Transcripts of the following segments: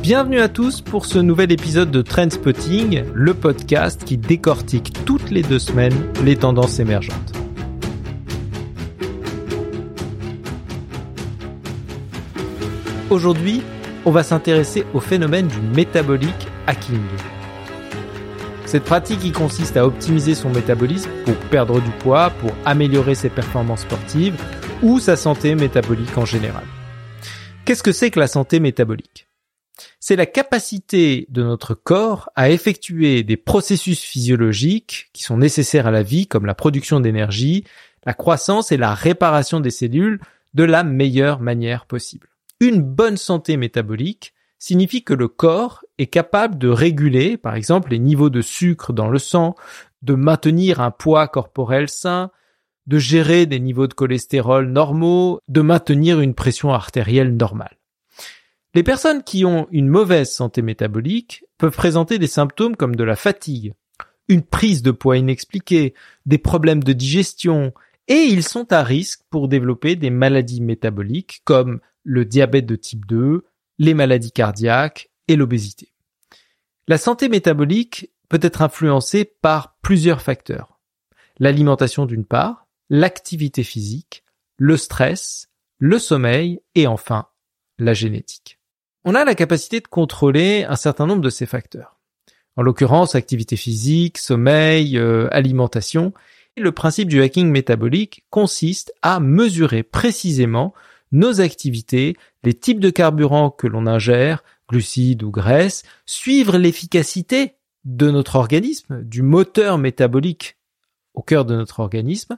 Bienvenue à tous pour ce nouvel épisode de Trendspotting, le podcast qui décortique toutes les 2 semaines les tendances émergentes. Aujourd'hui, on va s'intéresser au phénomène du metabolic hacking. Cette pratique qui consiste à optimiser son métabolisme pour perdre du poids, pour améliorer ses performances sportives ou sa santé métabolique en général. Qu'est-ce que c'est que la santé métabolique ? C'est la capacité de notre corps à effectuer des processus physiologiques qui sont nécessaires à la vie, comme la production d'énergie, la croissance et la réparation des cellules de la meilleure manière possible. Une bonne santé métabolique signifie que le corps est capable de réguler, par exemple, les niveaux de sucre dans le sang, de maintenir un poids corporel sain, de gérer des niveaux de cholestérol normaux, de maintenir une pression artérielle normale. Les personnes qui ont une mauvaise santé métabolique peuvent présenter des symptômes comme de la fatigue, une prise de poids inexpliquée, des problèmes de digestion, et ils sont à risque pour développer des maladies métaboliques comme le diabète de type 2, les maladies cardiaques et l'obésité. La santé métabolique peut être influencée par plusieurs facteurs. L'alimentation d'une part, l'activité physique, le stress, le sommeil et enfin la génétique. On a la capacité de contrôler un certain nombre de ces facteurs. En l'occurrence, activité physique, sommeil, alimentation. Et le principe du hacking métabolique consiste à mesurer précisément nos activités, les types de carburants que l'on ingère, glucides ou graisses, suivre l'efficacité de notre organisme, du moteur métabolique au cœur de notre organisme,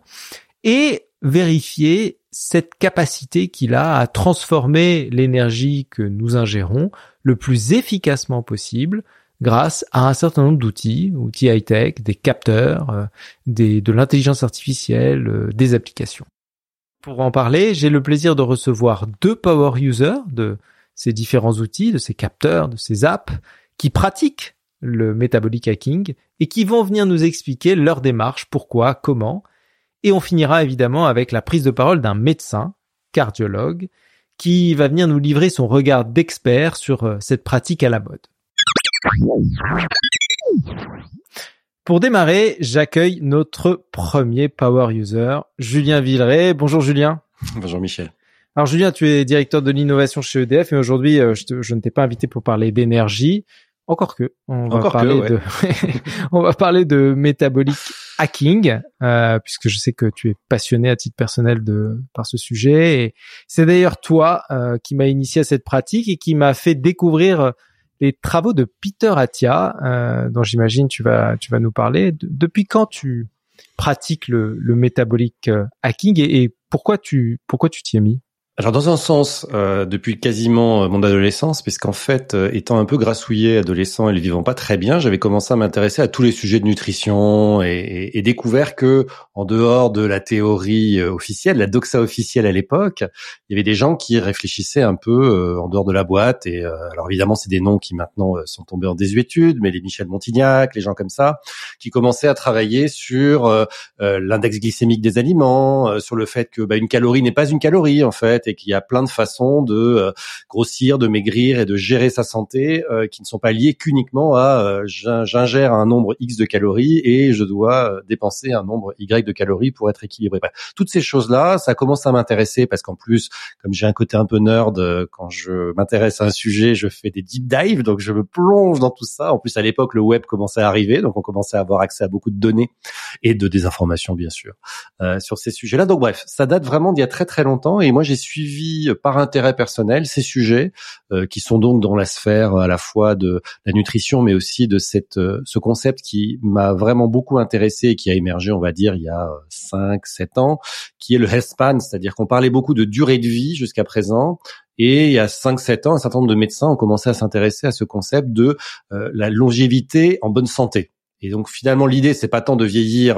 et vérifier cette capacité qu'il a à transformer l'énergie que nous ingérons le plus efficacement possible grâce à un certain nombre d'outils high-tech, des capteurs, de l'intelligence artificielle, des applications. Pour en parler, j'ai le plaisir de recevoir 2 power users de ces différents outils, de ces capteurs, de ces apps qui pratiquent le metabolic hacking et qui vont venir nous expliquer leur démarche, pourquoi, comment. Et on finira évidemment avec la prise de parole d'un médecin, cardiologue, qui va venir nous livrer son regard d'expert sur cette pratique à la mode. Pour démarrer, j'accueille notre premier power user, Julien Villeray. Bonjour Julien. Bonjour Michel. Alors Julien, tu es directeur de l'innovation chez EDF et aujourd'hui, je ne t'ai pas invité pour parler d'énergie. Encore que, on va parler de metabolic hacking, puisque je sais que tu es passionné à titre personnel par ce sujet. Et c'est d'ailleurs toi qui m'a initié à cette pratique et qui m'a fait découvrir les travaux de Peter Attia, dont j'imagine tu vas nous parler. Depuis quand tu pratiques le metabolic hacking et pourquoi tu t'y es mis? Alors dans un sens, depuis quasiment mon adolescence, puisqu'en fait, étant un peu grassouillé adolescent et le vivant pas très bien, j'avais commencé à m'intéresser à tous les sujets de nutrition et découvert que en dehors de la théorie officielle, la doxa officielle à l'époque, il y avait des gens qui réfléchissaient un peu en dehors de la boîte. Et alors évidemment, c'est des noms qui maintenant sont tombés en désuétude, mais les Michel Montignac, les gens comme ça, qui commençaient à travailler sur l'index glycémique des aliments, sur le fait que une calorie n'est pas une calorie en fait. Et qu'il y a plein de façons de grossir, de maigrir et de gérer sa santé qui ne sont pas liées qu'uniquement à j'ingère un nombre X de calories et je dois dépenser un nombre Y de calories pour être équilibré. Bref, toutes ces choses-là, ça commence à m'intéresser parce qu'en plus, comme j'ai un côté un peu nerd, quand je m'intéresse à un sujet, je fais des deep dives, donc je me plonge dans tout ça. En plus, à l'époque, le web commençait à arriver, donc on commençait à avoir accès à beaucoup de données et de désinformation, bien sûr, sur ces sujets-là. Donc bref, ça date vraiment d'il y a très très longtemps et moi j'ai suivi par intérêt personnel ces sujets qui sont donc dans la sphère à la fois de la nutrition mais aussi de ce concept qui m'a vraiment beaucoup intéressé et qui a émergé on va dire il y a 5-7 ans qui est le health span, c'est-à-dire qu'on parlait beaucoup de durée de vie jusqu'à présent. Et il y a 5-7 ans, un certain nombre de médecins ont commencé à s'intéresser à ce concept de la longévité en bonne santé. Et donc finalement l'idée c'est pas tant de vieillir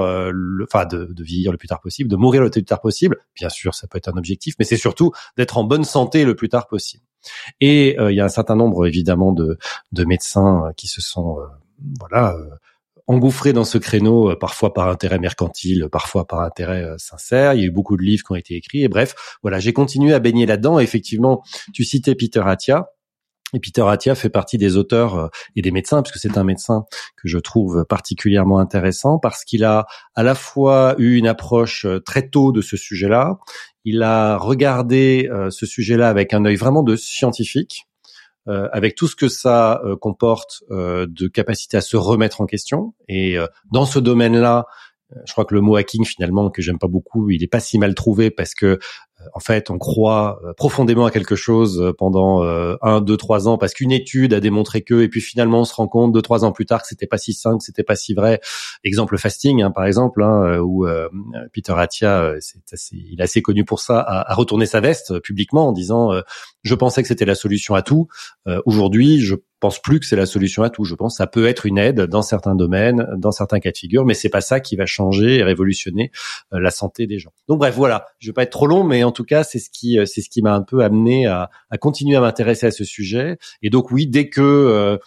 de vieillir le plus tard possible, de mourir le plus tard possible. Bien sûr, ça peut être un objectif, mais c'est surtout d'être en bonne santé le plus tard possible. Et il y a un certain nombre évidemment de médecins qui se sont engouffrés dans ce créneau, parfois par intérêt mercantile, parfois par intérêt sincère. Il y a eu beaucoup de livres qui ont été écrits et bref, voilà, j'ai continué à baigner là-dedans. Et effectivement, tu citais Peter Attia. Et Peter Attia fait partie des auteurs et des médecins, puisque c'est un médecin que je trouve particulièrement intéressant, parce qu'il a à la fois eu une approche très tôt de ce sujet-là, il a regardé ce sujet-là avec un œil vraiment de scientifique, avec tout ce que ça comporte de capacité à se remettre en question. Et dans ce domaine-là, je crois que le mot hacking, finalement, que j'aime pas beaucoup, il est pas si mal trouvé, parce que en fait, on croit profondément à quelque chose pendant 1, 2, 3 ans, parce qu'une étude a démontré que, et puis finalement on se rend compte 2, 3 ans plus tard que c'était pas si simple, que c'était pas si vrai. Exemple fasting, par exemple, où Peter Attia, il est assez connu pour ça, a retourné sa veste publiquement en disant je pensais que c'était la solution à tout. Aujourd'hui, je pense plus que c'est la solution à tout. Je pense que ça peut être une aide dans certains domaines, dans certains cas de figure, mais c'est pas ça qui va changer et révolutionner la santé des gens. Donc bref, voilà. Je vais pas être trop long, mais en tout cas, c'est ce qui m'a un peu amené à continuer à m'intéresser à ce sujet. Et donc oui, dès que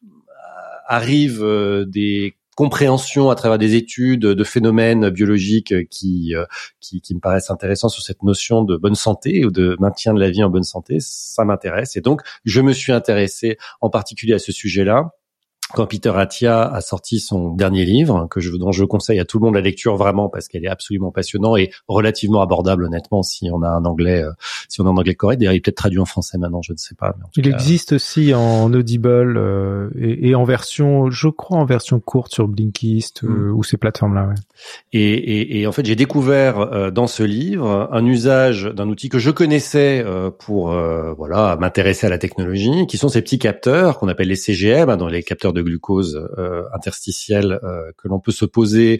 arrivent des compréhensions à travers des études de phénomènes biologiques qui me paraissent intéressants sur cette notion de bonne santé ou de maintien de la vie en bonne santé, ça m'intéresse. Et donc, je me suis intéressé en particulier à ce sujet-là quand Peter Attia a sorti son dernier livre, dont je conseille à tout le monde la lecture vraiment, parce qu'elle est absolument passionnante et relativement abordable, honnêtement, si on a un anglais correct. D'ailleurs, il est peut-être traduit en français maintenant, je ne sais pas. Mais il existe aussi en Audible et en version, je crois, en version courte sur Blinkist ou ces plateformes-là. Ouais. Et en fait, j'ai découvert dans ce livre un usage d'un outil que je connaissais pour m'intéresser à la technologie, qui sont ces petits capteurs qu'on appelle les CGM, dans les capteurs de glucose interstitiel que l'on peut se poser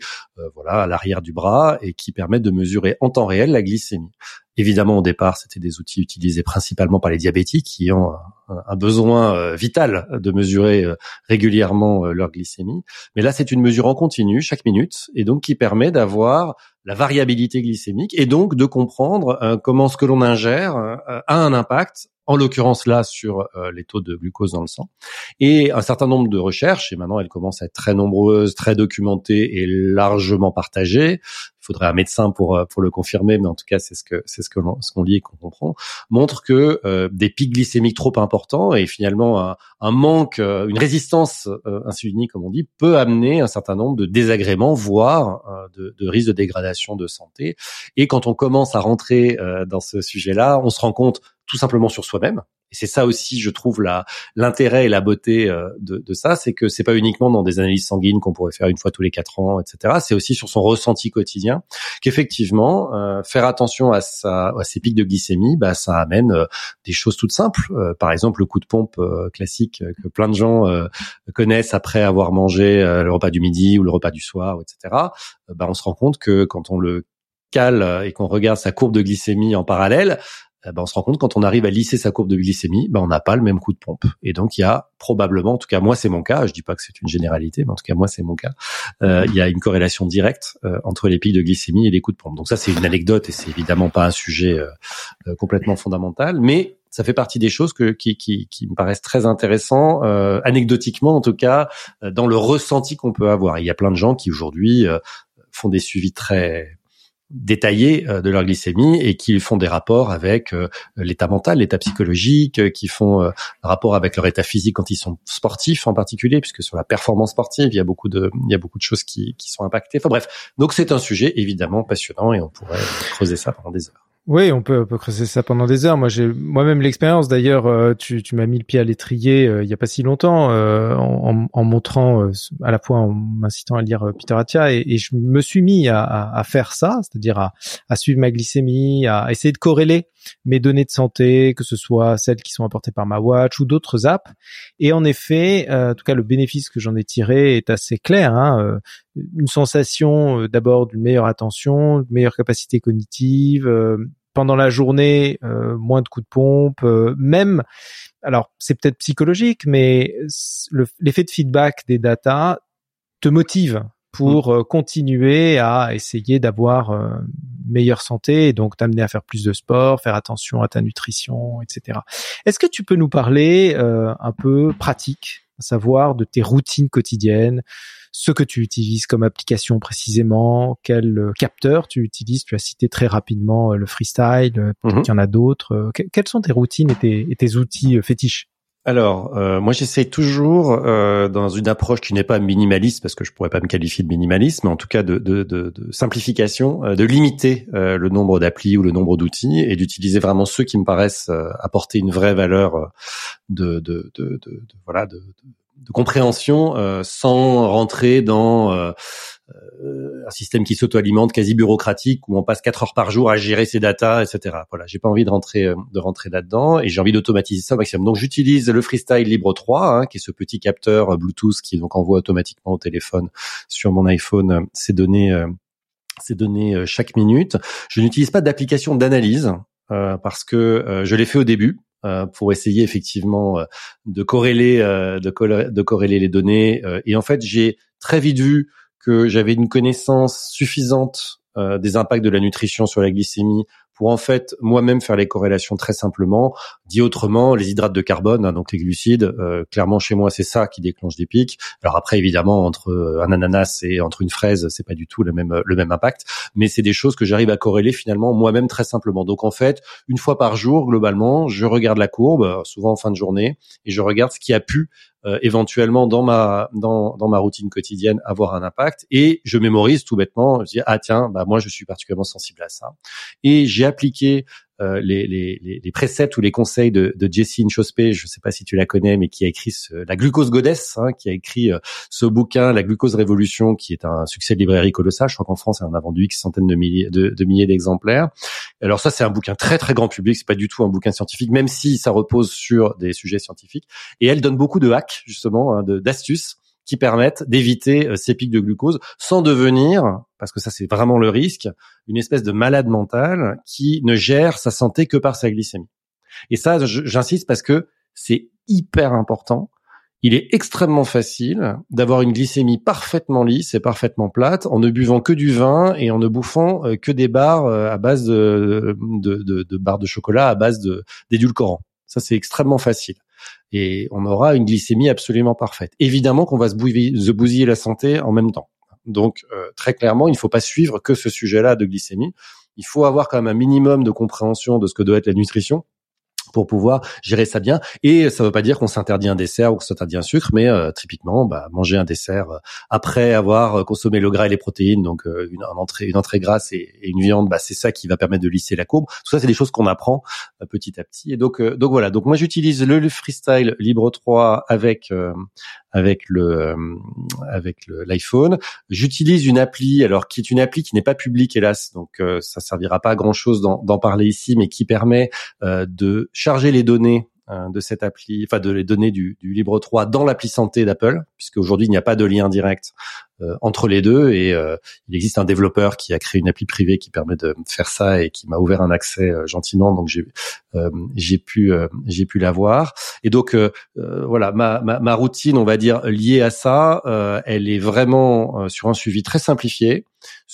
à l'arrière du bras et qui permettent de mesurer en temps réel la glycémie. Évidemment, au départ, c'était des outils utilisés principalement par les diabétiques qui ont un besoin vital de mesurer régulièrement leur glycémie. Mais là, c'est une mesure en continu, chaque minute, et donc qui permet d'avoir la variabilité glycémique et donc de comprendre comment ce que l'on ingère a un impact, en l'occurrence là sur les taux de glucose dans le sang. Et un certain nombre de recherches, et maintenant elles commencent à être très nombreuses, très documentées et largement partagées. Il faudrait un médecin pour le confirmer, mais en tout cas c'est ce qu'on lit et qu'on comprend, montre que des pics glycémiques trop importants et finalement un manque, une résistance insulinique comme on dit, peut amener un certain nombre de désagréments, voire de risques de dégradation de santé. Et quand on commence à rentrer dans ce sujet-là, on se rend compte tout simplement sur soi-même. Et c'est ça aussi, je trouve, l'intérêt et la beauté de ça, c'est que c'est pas uniquement dans des analyses sanguines qu'on pourrait faire une fois tous les 4 ans, etc. C'est aussi sur son ressenti quotidien qu'effectivement, faire attention à ces pics de glycémie, ça amène des choses toutes simples. Par exemple, le coup de pompe classique que plein de gens connaissent après avoir mangé le repas du midi ou le repas du soir, etc. On se rend compte que quand on le cale et qu'on regarde sa courbe de glycémie en parallèle, on se rend compte quand on arrive à lisser sa courbe de glycémie, on n'a pas le même coup de pompe. Et donc il y a probablement, en tout cas moi c'est mon cas, je dis pas que c'est une généralité, mais en tout cas moi c'est mon cas, il y a une corrélation directe entre les pics de glycémie et les coups de pompe. Donc ça c'est une anecdote et c'est évidemment pas un sujet complètement fondamental, mais ça fait partie des choses qui me paraissent très intéressants, anecdotiquement en tout cas, dans le ressenti qu'on peut avoir. Il y a plein de gens qui aujourd'hui font des suivis très détaillés de leur glycémie et qui font des rapports avec l'état mental, l'état psychologique, qui font rapport avec leur état physique quand ils sont sportifs en particulier, puisque sur la performance sportive, il y a beaucoup de choses qui sont impactées. Enfin bref, donc c'est un sujet évidemment passionnant et on pourrait creuser ça pendant des heures. Oui, on peut creuser ça pendant des heures. Moi, j'ai moi-même l'expérience. D'ailleurs, tu m'as mis le pied à l'étrier il y a pas si longtemps en montrant à la fois en m'incitant à lire Peter Attia et je me suis mis à faire ça, c'est-à-dire à suivre ma glycémie, à essayer de corréler mes données de santé, que ce soit celles qui sont apportées par ma watch ou d'autres apps. Et en effet, en tout cas, le bénéfice que j'en ai tiré est assez clair. Une sensation d'abord d'une meilleure attention, d'une meilleure capacité cognitive, pendant la journée, moins de coups de pompe, même, alors c'est peut-être psychologique, mais l'effet de feedback des data te motive pour continuer à essayer d'avoir meilleure santé et donc t'amener à faire plus de sport, faire attention à ta nutrition, etc. Est-ce que tu peux nous parler un peu pratique, à savoir de tes routines quotidiennes, ce que tu utilises comme application précisément, quel capteur tu utilises? Tu as cité très rapidement le freestyle, peut-être qu'il y en a d'autres. Quelles sont tes routines et tes outils fétiches? Alors, moi j'essaie toujours, dans une approche qui n'est pas minimaliste, parce que je pourrais pas me qualifier de minimaliste, mais en tout cas de simplification, de limiter le nombre d'applis ou le nombre d'outils et d'utiliser vraiment ceux qui me paraissent apporter une vraie valeur de compréhension, sans rentrer dans un système qui s'auto-alimente, quasi bureaucratique, où on passe 4 heures par jour à gérer ses datas, etc. Voilà, j'ai pas envie de rentrer là-dedans, et j'ai envie d'automatiser ça au maximum. Donc j'utilise le Freestyle Libre 3, qui est ce petit capteur Bluetooth qui donc envoie automatiquement au téléphone sur mon iPhone ces données chaque minute. Je n'utilise pas d'application d'analyse parce que je l'ai fait au début. Pour essayer effectivement de corréler les données, et en fait j'ai très vite vu que j'avais une connaissance suffisante des impacts de la nutrition sur la glycémie pour en fait moi-même faire les corrélations très simplement. Dit autrement, les hydrates de carbone, donc les glucides, clairement chez moi c'est ça qui déclenche des pics. Alors après évidemment entre un ananas et entre une fraise, c'est pas du tout le même impact, mais c'est des choses que j'arrive à corréler finalement moi-même très simplement. Donc en fait, une fois par jour globalement, je regarde la courbe, souvent en fin de journée, et je regarde ce qui a pu éventuellement dans ma routine quotidienne avoir un impact, et je mémorise tout bêtement. Je dis tiens, moi je suis particulièrement sensible à ça, et j'ai appliqué les préceptes ou les conseils de Jessie Inchospé, je ne sais pas si tu la connais, mais qui a écrit la Glucose Goddess, qui a écrit ce bouquin, La Glucose Révolution, qui est un succès de librairie colossal. Je crois qu'en France, elle en a vendu X centaines de milliers d'exemplaires. Alors ça, c'est un bouquin très très grand public, c'est pas du tout un bouquin scientifique, même si ça repose sur des sujets scientifiques. Et elle donne beaucoup de hacks, justement, d'astuces qui permettent d'éviter ces pics de glucose sans devenir, parce que ça c'est vraiment le risque, une espèce de malade mental qui ne gère sa santé que par sa glycémie. Et ça, j'insiste parce que c'est hyper important. Il est extrêmement facile d'avoir une glycémie parfaitement lisse et parfaitement plate en ne buvant que du vin et en ne bouffant que des barres à base de barres de chocolat à base d'édulcorants. Ça, c'est extrêmement facile. Et on aura une glycémie absolument parfaite. Évidemment qu'on va se bousiller la santé en même temps. Donc, très clairement, il ne faut pas suivre que ce sujet-là de glycémie. Il faut avoir quand même un minimum de compréhension de ce que doit être la nutrition pour pouvoir gérer ça bien. Et ça ne veut pas dire qu'on s'interdit un dessert ou qu'on s'interdit un sucre, mais typiquement, manger un dessert après avoir consommé le gras et les protéines, donc une entrée grasse et une viande, c'est ça qui va permettre de lisser la courbe. Tout ça, c'est des choses qu'on apprend petit à petit. Et donc voilà. Donc moi, j'utilise le Freestyle Libre 3 avec l'iPhone. J'utilise une appli, alors qui est une appli qui n'est pas publique hélas, donc ça servira pas à grand chose d'en parler ici, mais qui permet de charger les données de cette appli, enfin de les données du Libre 3 dans l'appli santé d'Apple, puisque aujourd'hui il n'y a pas de lien direct entre les deux, et il existe un développeur qui a créé une appli privée qui permet de faire ça et qui m'a ouvert un accès gentiment, donc j'ai pu l'avoir. Et donc voilà, ma routine, on va dire liée à ça, elle est vraiment sur un suivi très simplifié,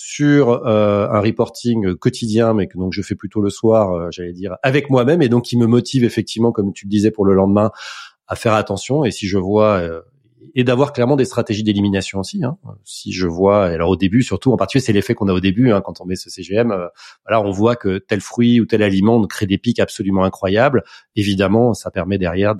sur un reporting quotidien, mais que donc je fais plutôt le soir, j'allais dire avec moi-même, et donc qui me motive effectivement, comme tu le disais, pour le lendemain à faire attention. Et si je vois et d'avoir clairement des stratégies d'élimination aussi. Si je vois, alors au début surtout, en particulier, c'est l'effet qu'on a au début quand on met ce CGM. Voilà, on voit que tel fruit ou tel aliment crée des pics absolument incroyables. Évidemment, ça permet derrière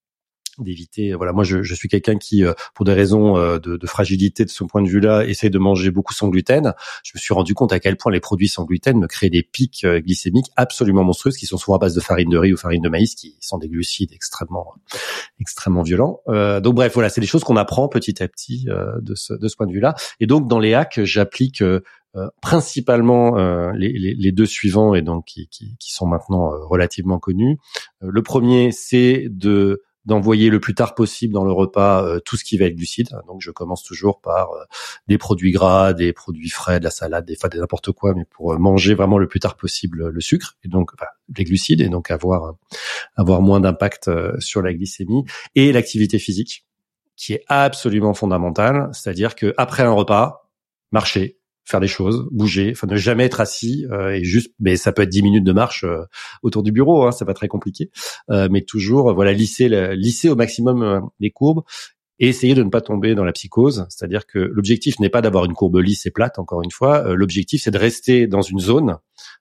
d'éviter. Voilà, moi je suis quelqu'un qui, pour des raisons de fragilité de ce point de vue-là, essaie de manger beaucoup sans gluten. Je me suis rendu compte à quel point les produits sans gluten me créent des pics glycémiques absolument monstrueux, qui sont souvent à base de farine de riz ou farine de maïs, qui sont des glucides extrêmement violents. Donc bref, voilà, c'est des choses qu'on apprend petit à petit de ce point de vue-là. Et donc dans les hacks, j'applique principalement les deux suivants, et donc qui sont maintenant relativement connus. Le premier, c'est d'envoyer le plus tard possible dans le repas tout ce qui va être glucide. Donc je commence toujours par des produits gras, des produits frais, de la salade, des n'importe quoi, mais pour manger vraiment le plus tard possible le sucre, et donc les glucides, et donc avoir moins d'impact sur la glycémie. Et l'activité physique, qui est absolument fondamentale, c'est-à-dire que après un repas, marcher, faire des choses, bouger, ne jamais être assis et juste, mais ça peut être 10 minutes de marche autour du bureau, c'est pas très compliqué, mais toujours lisser au maximum les courbes, et essayer de ne pas tomber dans la psychose. C'est-à-dire que l'objectif n'est pas d'avoir une courbe lisse et plate, encore une fois, l'objectif c'est de rester dans une zone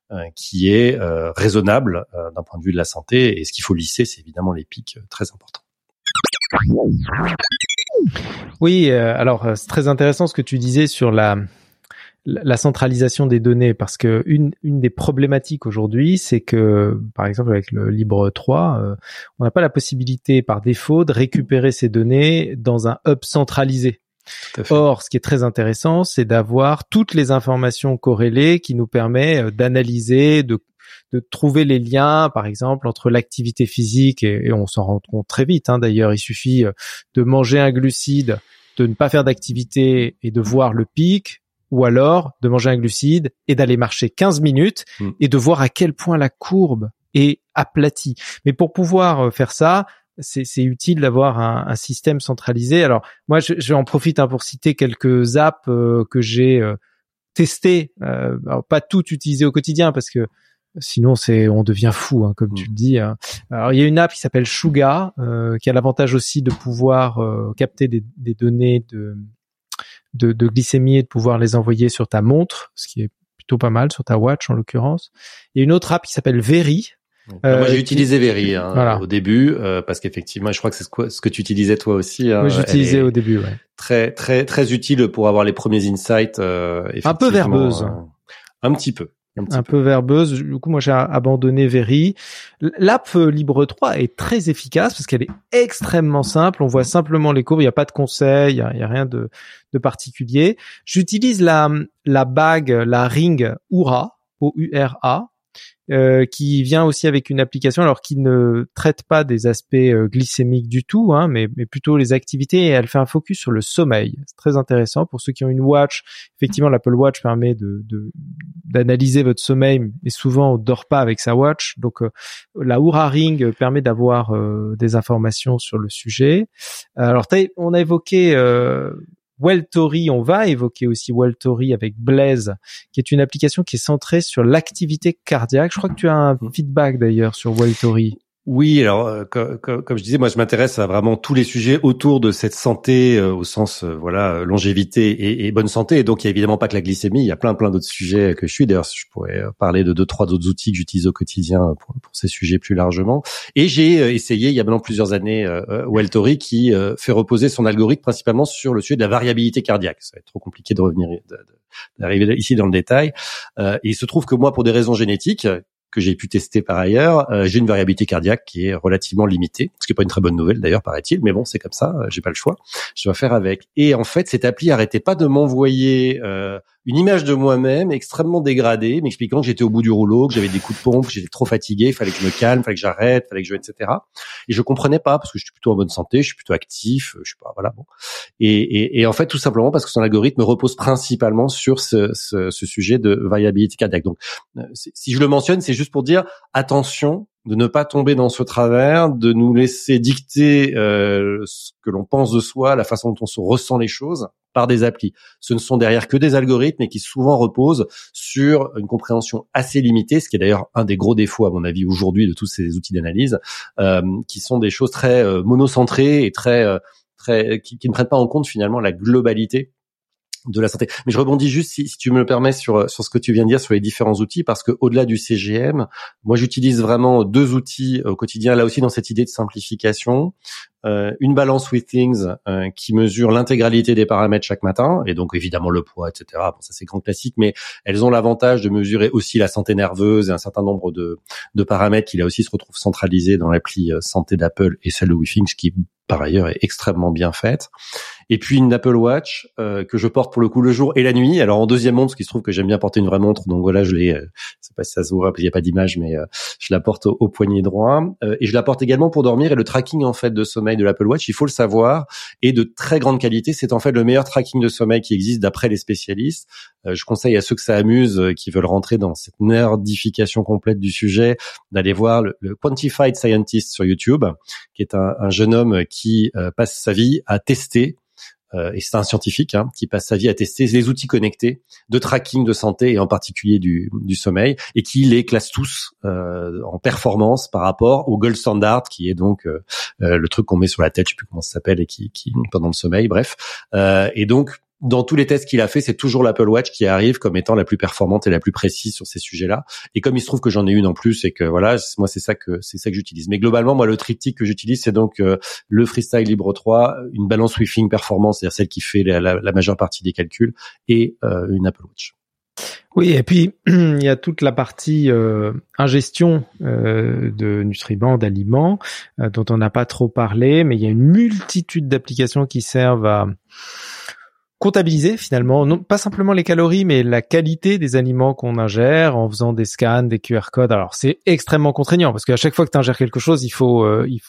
qui est raisonnable d'un point de vue de la santé, et ce qu'il faut lisser, c'est évidemment les pics très importants. Oui, alors c'est très intéressant ce que tu disais sur la centralisation des données, parce que une des problématiques aujourd'hui, c'est que, par exemple, avec le Libre 3, on n'a pas la possibilité par défaut de récupérer ces données dans un hub centralisé. Or, ce qui est très intéressant, c'est d'avoir toutes les informations corrélées qui nous permet d'analyser, de trouver les liens, par exemple, entre l'activité physique et on s'en rend compte très vite. D'ailleurs, il suffit de manger un glucide, de ne pas faire d'activité et de voir le pic, ou alors de manger un glucide et d'aller marcher 15 minutes et de voir à quel point la courbe est aplatie. Mais pour pouvoir faire ça, c'est utile d'avoir un système centralisé. Alors moi, je en profite pour citer quelques apps que j'ai testées. Alors pas toutes utilisées au quotidien parce que sinon on devient fou, comme tu le dis. Alors il y a une app qui s'appelle Suga, qui a l'avantage aussi de pouvoir capter des données de glycémie et de pouvoir les envoyer sur ta montre, ce qui est plutôt pas mal, sur ta watch en l'occurrence. Il y a une autre app qui s'appelle Very. Moi, j'ai utilisé Very voilà. Au début, parce qu'effectivement, je crois que c'est ce que tu utilisais toi aussi. Oui, j'utilisais au début, ouais. Très, très, très utile pour avoir les premiers insights. Un peu verbeuse. Un petit peu. Un peu verbeuse. Du coup, moi, j'ai abandonné Very. L'app Libre 3 est très efficace parce qu'elle est extrêmement simple. On voit simplement les courbes. Il n'y a pas de conseils. Il y a rien de particulier. J'utilise la bague, la Ring Oura, O-U-R-A, qui vient aussi avec une application, alors qui ne traite pas des aspects glycémiques du tout, mais plutôt les activités, et elle fait un focus sur le sommeil. C'est très intéressant pour ceux qui ont une watch. Effectivement, l'Apple Watch permet d'analyser votre sommeil, mais souvent on dort pas avec sa watch. Donc la Oura Ring permet d'avoir des informations sur le sujet. Alors on a évoqué Welltory, on va évoquer aussi Welltory avec Blaze, qui est une application qui est centrée sur l'activité cardiaque. Je crois que tu as un feedback d'ailleurs sur Welltory. Oui, alors comme je disais, moi je m'intéresse à vraiment tous les sujets autour de cette santé au sens longévité et bonne santé. Et donc il y a évidemment pas que la glycémie, il y a plein d'autres sujets que je suis. D'ailleurs, je pourrais parler de 2-3 autres outils que j'utilise au quotidien pour ces sujets plus largement. Et j'ai essayé il y a maintenant plusieurs années Welltory, qui fait reposer son algorithme principalement sur le sujet de la variabilité cardiaque. Ça va être trop compliqué de revenir d'arriver ici dans le détail. Et il se trouve que moi, pour des raisons génétiques que j'ai pu tester par ailleurs, j'ai une variabilité cardiaque qui est relativement limitée, ce qui est pas une très bonne nouvelle d'ailleurs, paraît-il, mais bon, c'est comme ça, j'ai pas le choix, je dois faire avec. Et en fait, cette appli arrêtait pas de m'envoyer une image de moi-même extrêmement dégradée, m'expliquant que j'étais au bout du rouleau, que j'avais des coups de pompe, que j'étais trop fatigué, fallait que je me calme, fallait que j'arrête, fallait que etc. Et je comprenais pas, parce que je suis plutôt en bonne santé, je suis plutôt actif, je suis pas, voilà, bon. Et en fait, tout simplement parce que son algorithme repose principalement sur ce sujet de variabilité cardiaque. Donc, si je le mentionne, c'est juste pour dire attention de ne pas tomber dans ce travers, de nous laisser dicter ce que l'on pense de soi, la façon dont on se ressent les choses par des applis. Ce ne sont derrière que des algorithmes et qui souvent reposent sur une compréhension assez limitée, ce qui est d'ailleurs un des gros défauts à mon avis aujourd'hui de tous ces outils d'analyse, qui sont des choses très monocentrées et qui ne prennent pas en compte finalement la globalité de la santé. Mais je rebondis juste, si tu me le permets, sur ce que tu viens de dire sur les différents outils, parce que au-delà du CGM, moi j'utilise vraiment 2 outils au quotidien, là aussi dans cette idée de simplification. Une Balance with Things qui mesure l'intégralité des paramètres chaque matin, et donc évidemment le poids, etc. Bon, ça c'est grand classique, mais elles ont l'avantage de mesurer aussi la santé nerveuse et un certain nombre de paramètres qui là aussi se retrouvent centralisés dans l'appli santé d'Apple et celle de WeThings, qui par ailleurs est extrêmement bien faite. Et puis une Apple Watch que je porte pour le coup le jour et la nuit. Alors en deuxième montre, parce qu'il se trouve que j'aime bien porter une vraie montre, donc voilà, je l'ai. Je sais pas si ça se voit, il y a pas d'image, mais je la porte au poignet droit. Et je la porte également pour dormir. Et le tracking en fait de sommeil de l'Apple Watch, il faut le savoir, est de très grande qualité. C'est en fait le meilleur tracking de sommeil qui existe d'après les spécialistes. Je conseille à ceux que ça amuse, qui veulent rentrer dans cette nerdification complète du sujet, d'aller voir le Quantified Scientist sur YouTube, qui est un jeune homme qui passe sa vie à tester. Et c'est un scientifique qui passe sa vie à tester les outils connectés de tracking de santé et en particulier du sommeil, et qui les classe tous en performance par rapport au gold standard, qui est donc le truc qu'on met sur la tête, je sais plus comment ça s'appelle, et qui pendant le sommeil, bref. Et donc dans tous les tests qu'il a fait, c'est toujours l'Apple Watch qui arrive comme étant la plus performante et la plus précise sur ces sujets-là. Et comme il se trouve que j'en ai une en plus et que voilà, moi c'est ça que j'utilise. Mais globalement, moi le triptyque que j'utilise, c'est donc le Freestyle Libre 3, une balance Withings performance, c'est-à-dire celle qui fait la majeure partie des calculs, et une Apple Watch. Oui, et puis il y a toute la partie ingestion de nutriments, d'aliments, dont on n'a pas trop parlé, mais il y a une multitude d'applications qui servent à comptabiliser finalement, non pas simplement les calories, mais la qualité des aliments qu'on ingère en faisant des scans, des QR codes. Alors c'est extrêmement contraignant parce qu'à chaque fois que tu ingères quelque chose, il faut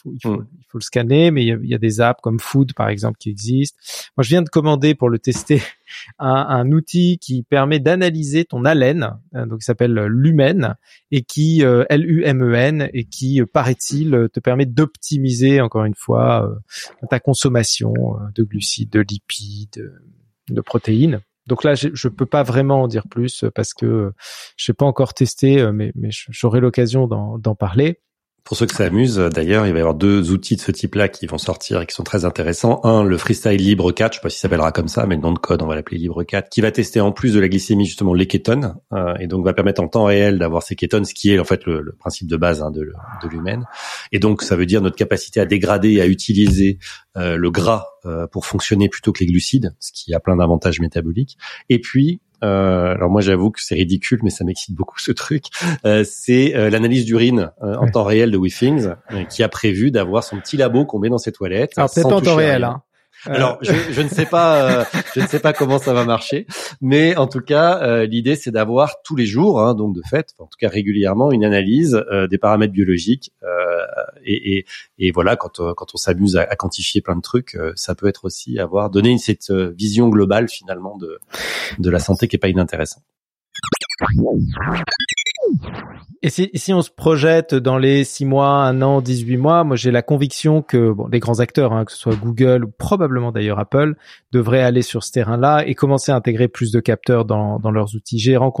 le scanner. Mais il y a des apps comme Food par exemple qui existent. Moi, je viens de commander pour le tester un outil qui permet d'analyser ton haleine, donc il s'appelle Lumen et qui Lumen et qui paraît-il te permet d'optimiser encore une fois ta consommation de glucides, de lipides, de protéines. Donc là, je peux pas vraiment en dire plus parce que je n'ai pas encore testé, mais j'aurai l'occasion d'en parler. Pour ceux que ça amuse, d'ailleurs, il va y avoir 2 outils de ce type-là qui vont sortir et qui sont très intéressants. Un, le Freestyle Libre 4, je sais pas s'il s'appellera comme ça, mais le nom de code, on va l'appeler Libre 4, qui va tester en plus de la glycémie justement les kétones, et donc va permettre en temps réel d'avoir ces kétones, ce qui est en fait le principe de base de Lumen. Et donc ça veut dire notre capacité à dégrader et à utiliser le gras pour fonctionner plutôt que les glucides, ce qui a plein d'avantages métaboliques. Et puis alors moi j'avoue que c'est ridicule, mais ça m'excite beaucoup ce truc. C'est l'analyse d'urine en temps réel de Withings, qui a prévu d'avoir son petit labo qu'on met dans ses toilettes. Alors peut-être pas en temps réel, hein. Alors je ne sais pas comment ça va marcher, mais en tout cas l'idée c'est d'avoir tous les jours, donc de fait, en tout cas régulièrement, une analyse des paramètres biologiques et voilà, quand on s'amuse à quantifier plein de trucs, ça peut être aussi donner cette vision globale finalement de la santé qui est pas inintéressante. Et si on se projette dans les 6 mois, 1 an, 18 mois, moi j'ai la conviction que les grands acteurs, que ce soit Google ou probablement d'ailleurs Apple, devraient aller sur ce terrain-là et commencer à intégrer plus de capteurs dans leurs outils.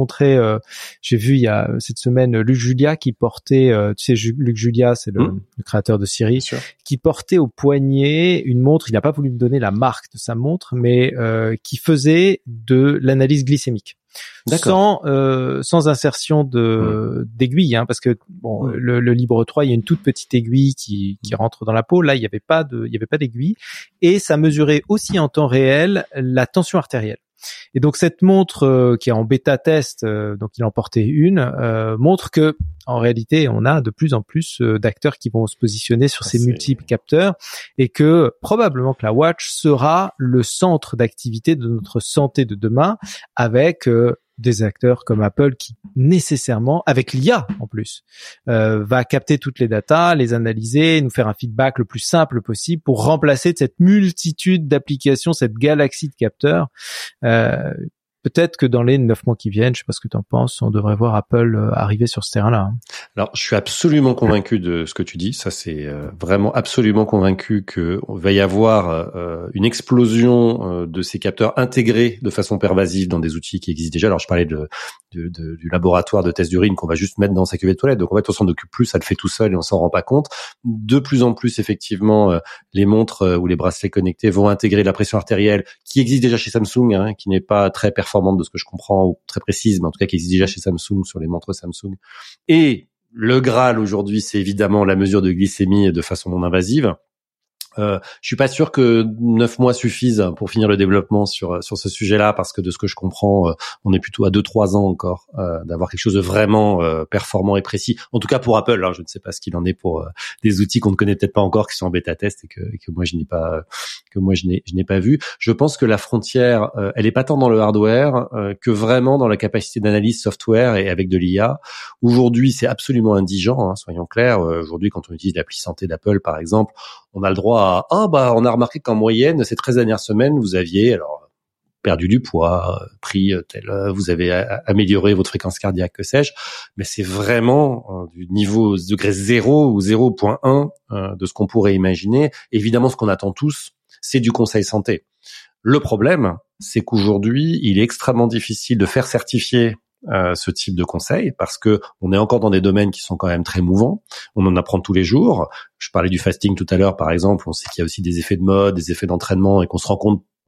J'ai vu il y a cette semaine Luc Julia qui portait, Luc Julia c'est le créateur de Siri, qui portait au poignet une montre. Il n'a pas voulu me donner la marque de sa montre, mais qui faisait de l'analyse glycémique. Sans insertion d'aiguille, parce que le Libre 3, il y a une toute petite aiguille qui rentre dans la peau. Là, il y avait pas d'aiguille, et ça mesurait aussi en temps réel la tension artérielle. Et donc cette montre qui est en bêta test, donc il en portait une, montre que en réalité on a de plus en plus d'acteurs qui vont se positionner sur ces multiples capteurs, et que probablement que la Watch sera le centre d'activité de notre santé de demain, avec des acteurs comme Apple qui nécessairement, avec l'IA en plus, va capter toutes les datas, les analyser, nous faire un feedback le plus simple possible pour remplacer cette multitude d'applications, cette galaxie de capteurs. Peut-être que dans les 9 mois qui viennent, je sais pas ce que tu en penses, on devrait voir Apple arriver sur ce terrain-là. Alors, je suis absolument convaincu de ce que tu dis. Ça, c'est vraiment absolument convaincu que va y avoir une explosion de ces capteurs intégrés de façon pervasive dans des outils qui existent déjà. Alors, je parlais du laboratoire de test d'urine qu'on va juste mettre dans sa cuvette de toilette. Donc, en fait, on s'en occupe plus, ça le fait tout seul et on s'en rend pas compte. De plus en plus, effectivement, les montres ou les bracelets connectés vont intégrer la pression artérielle qui existe déjà chez Samsung, qui n'est pas très performante de ce que je comprends, ou très précise, mais en tout cas qui existe déjà chez Samsung, sur les montres Samsung. Et le Graal aujourd'hui, c'est évidemment la mesure de glycémie de façon non invasive. Je suis pas sûr que 9 mois suffisent pour finir le développement sur ce sujet-là, parce que de ce que je comprends, on est plutôt à 2-3 ans encore d'avoir quelque chose de vraiment performant et précis. En tout cas pour Apple, je ne sais pas ce qu'il en est pour des outils qu'on ne connaît peut-être pas encore, qui sont en bêta test et que moi je n'ai pas vu. Je pense que la frontière, elle est pas tant dans le hardware que vraiment dans la capacité d'analyse software et avec de l'IA. Aujourd'hui, c'est absolument indigent, soyons clairs. Aujourd'hui, quand on utilise l'appli santé d'Apple, par exemple, on a le droit on a remarqué qu'en moyenne, ces 13 dernières semaines, vous aviez perdu du poids, pris vous avez amélioré votre fréquence cardiaque, que sais-je, mais c'est vraiment du niveau degré 0 ou 0.1 de ce qu'on pourrait imaginer. Évidemment, ce qu'on attend tous, c'est du conseil santé. Le problème, c'est qu'aujourd'hui, il est extrêmement difficile de faire certifier ce type de conseil, parce que on est encore dans des domaines qui sont quand même très mouvants. On en apprend tous les jours. Je parlais du fasting tout à l'heure, par exemple. On sait qu'il y a aussi des effets de mode, des effets d'entraînement, et qu'on se rend compte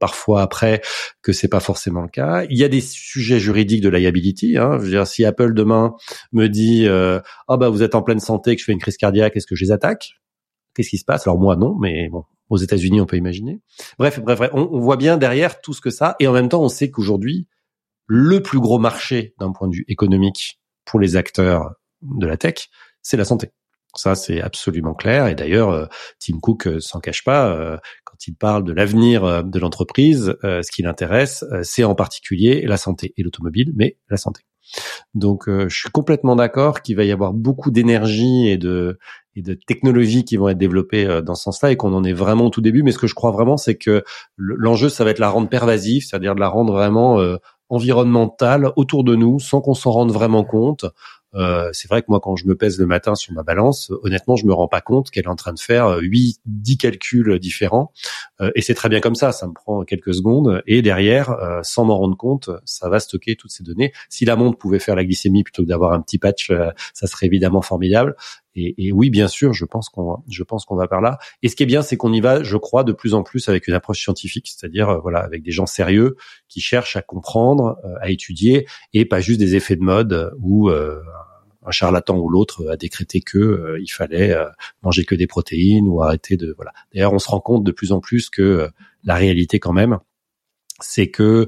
parfois après que c'est pas forcément le cas. Il y a des sujets juridiques de liability. Je veux dire, si Apple demain me dit vous êtes en pleine santé, que je fais une crise cardiaque, est-ce que je les attaque? Qu'est-ce qui se passe? Alors moi non, mais bon, aux États-Unis on peut imaginer. Bref, on voit bien derrière tout ce que ça, et en même temps on sait qu'aujourd'hui le plus gros marché d'un point de vue économique pour les acteurs de la tech, c'est la santé. Ça, c'est absolument clair. Et d'ailleurs, Tim Cook s'en cache pas. Quand il parle de l'avenir de l'entreprise, ce qui l'intéresse, c'est en particulier la santé et l'automobile, mais la santé. Donc, je suis complètement d'accord qu'il va y avoir beaucoup d'énergie et de technologies qui vont être développées dans ce sens-là, et qu'on en est vraiment au tout début. Mais ce que je crois vraiment, c'est que l'enjeu, ça va être de la rendre pervasive, c'est-à-dire de la rendre vraiment environnementale autour de nous, sans qu'on s'en rende vraiment compte. C'est vrai que moi, quand je me pèse le matin sur ma balance, honnêtement, je me rends pas compte qu'elle est en train de faire 10 calculs différents. Et c'est très bien comme ça me prend quelques secondes. Et derrière, sans m'en rendre compte, ça va stocker toutes ces données. Si la montre pouvait faire la glycémie plutôt que d'avoir un petit patch, ça serait évidemment formidable. Et oui, bien sûr, je pense qu'on va par là. Et ce qui est bien, c'est qu'on y va, je crois, de plus en plus avec une approche scientifique, c'est-à-dire avec des gens sérieux qui cherchent à comprendre, à étudier, et pas juste des effets de mode où un charlatan ou l'autre a décrété que il fallait manger que des protéines ou arrêter de voilà. D'ailleurs, on se rend compte de plus en plus que la réalité quand même, c'est que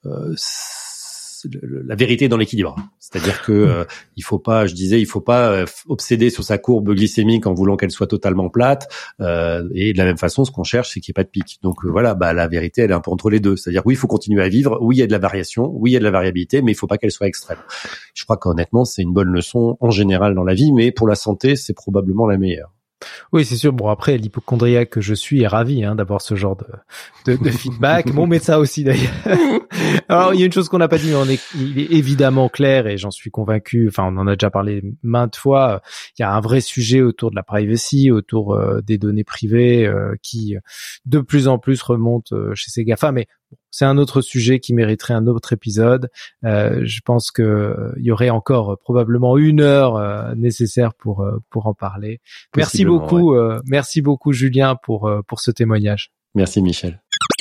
la vérité est dans l'équilibre. C'est-à-dire que il faut pas obséder sur sa courbe glycémique en voulant qu'elle soit totalement plate. Et de la même façon, ce qu'on cherche, c'est qu'il n'y ait pas de pic. Donc la vérité, elle est un peu entre les deux. C'est-à-dire oui, il faut continuer à vivre. Oui, il y a de la variation. Oui, il y a de la variabilité, mais il faut pas qu'elle soit extrême. Je crois qu'honnêtement, c'est une bonne leçon en général dans la vie, mais pour la santé, c'est probablement la meilleure. Oui, c'est sûr. Bon, après, l'hypocondriaque que je suis est ravi d'avoir ce genre de feedback. Mon médecin aussi, d'ailleurs. Alors, il y a une chose qu'on n'a pas dit, mais il est évidemment clair, et j'en suis convaincu. Enfin, on en a déjà parlé maintes fois. Il y a un vrai sujet autour de la privacy, autour des données privées, qui de plus en plus remontent chez ces GAFA. Mais c'est un autre sujet qui mériterait un autre épisode. Je pense que il y aurait encore probablement 1 heure nécessaire pour en parler. Merci beaucoup, ouais. Merci beaucoup Julien pour ce témoignage. Merci Michel.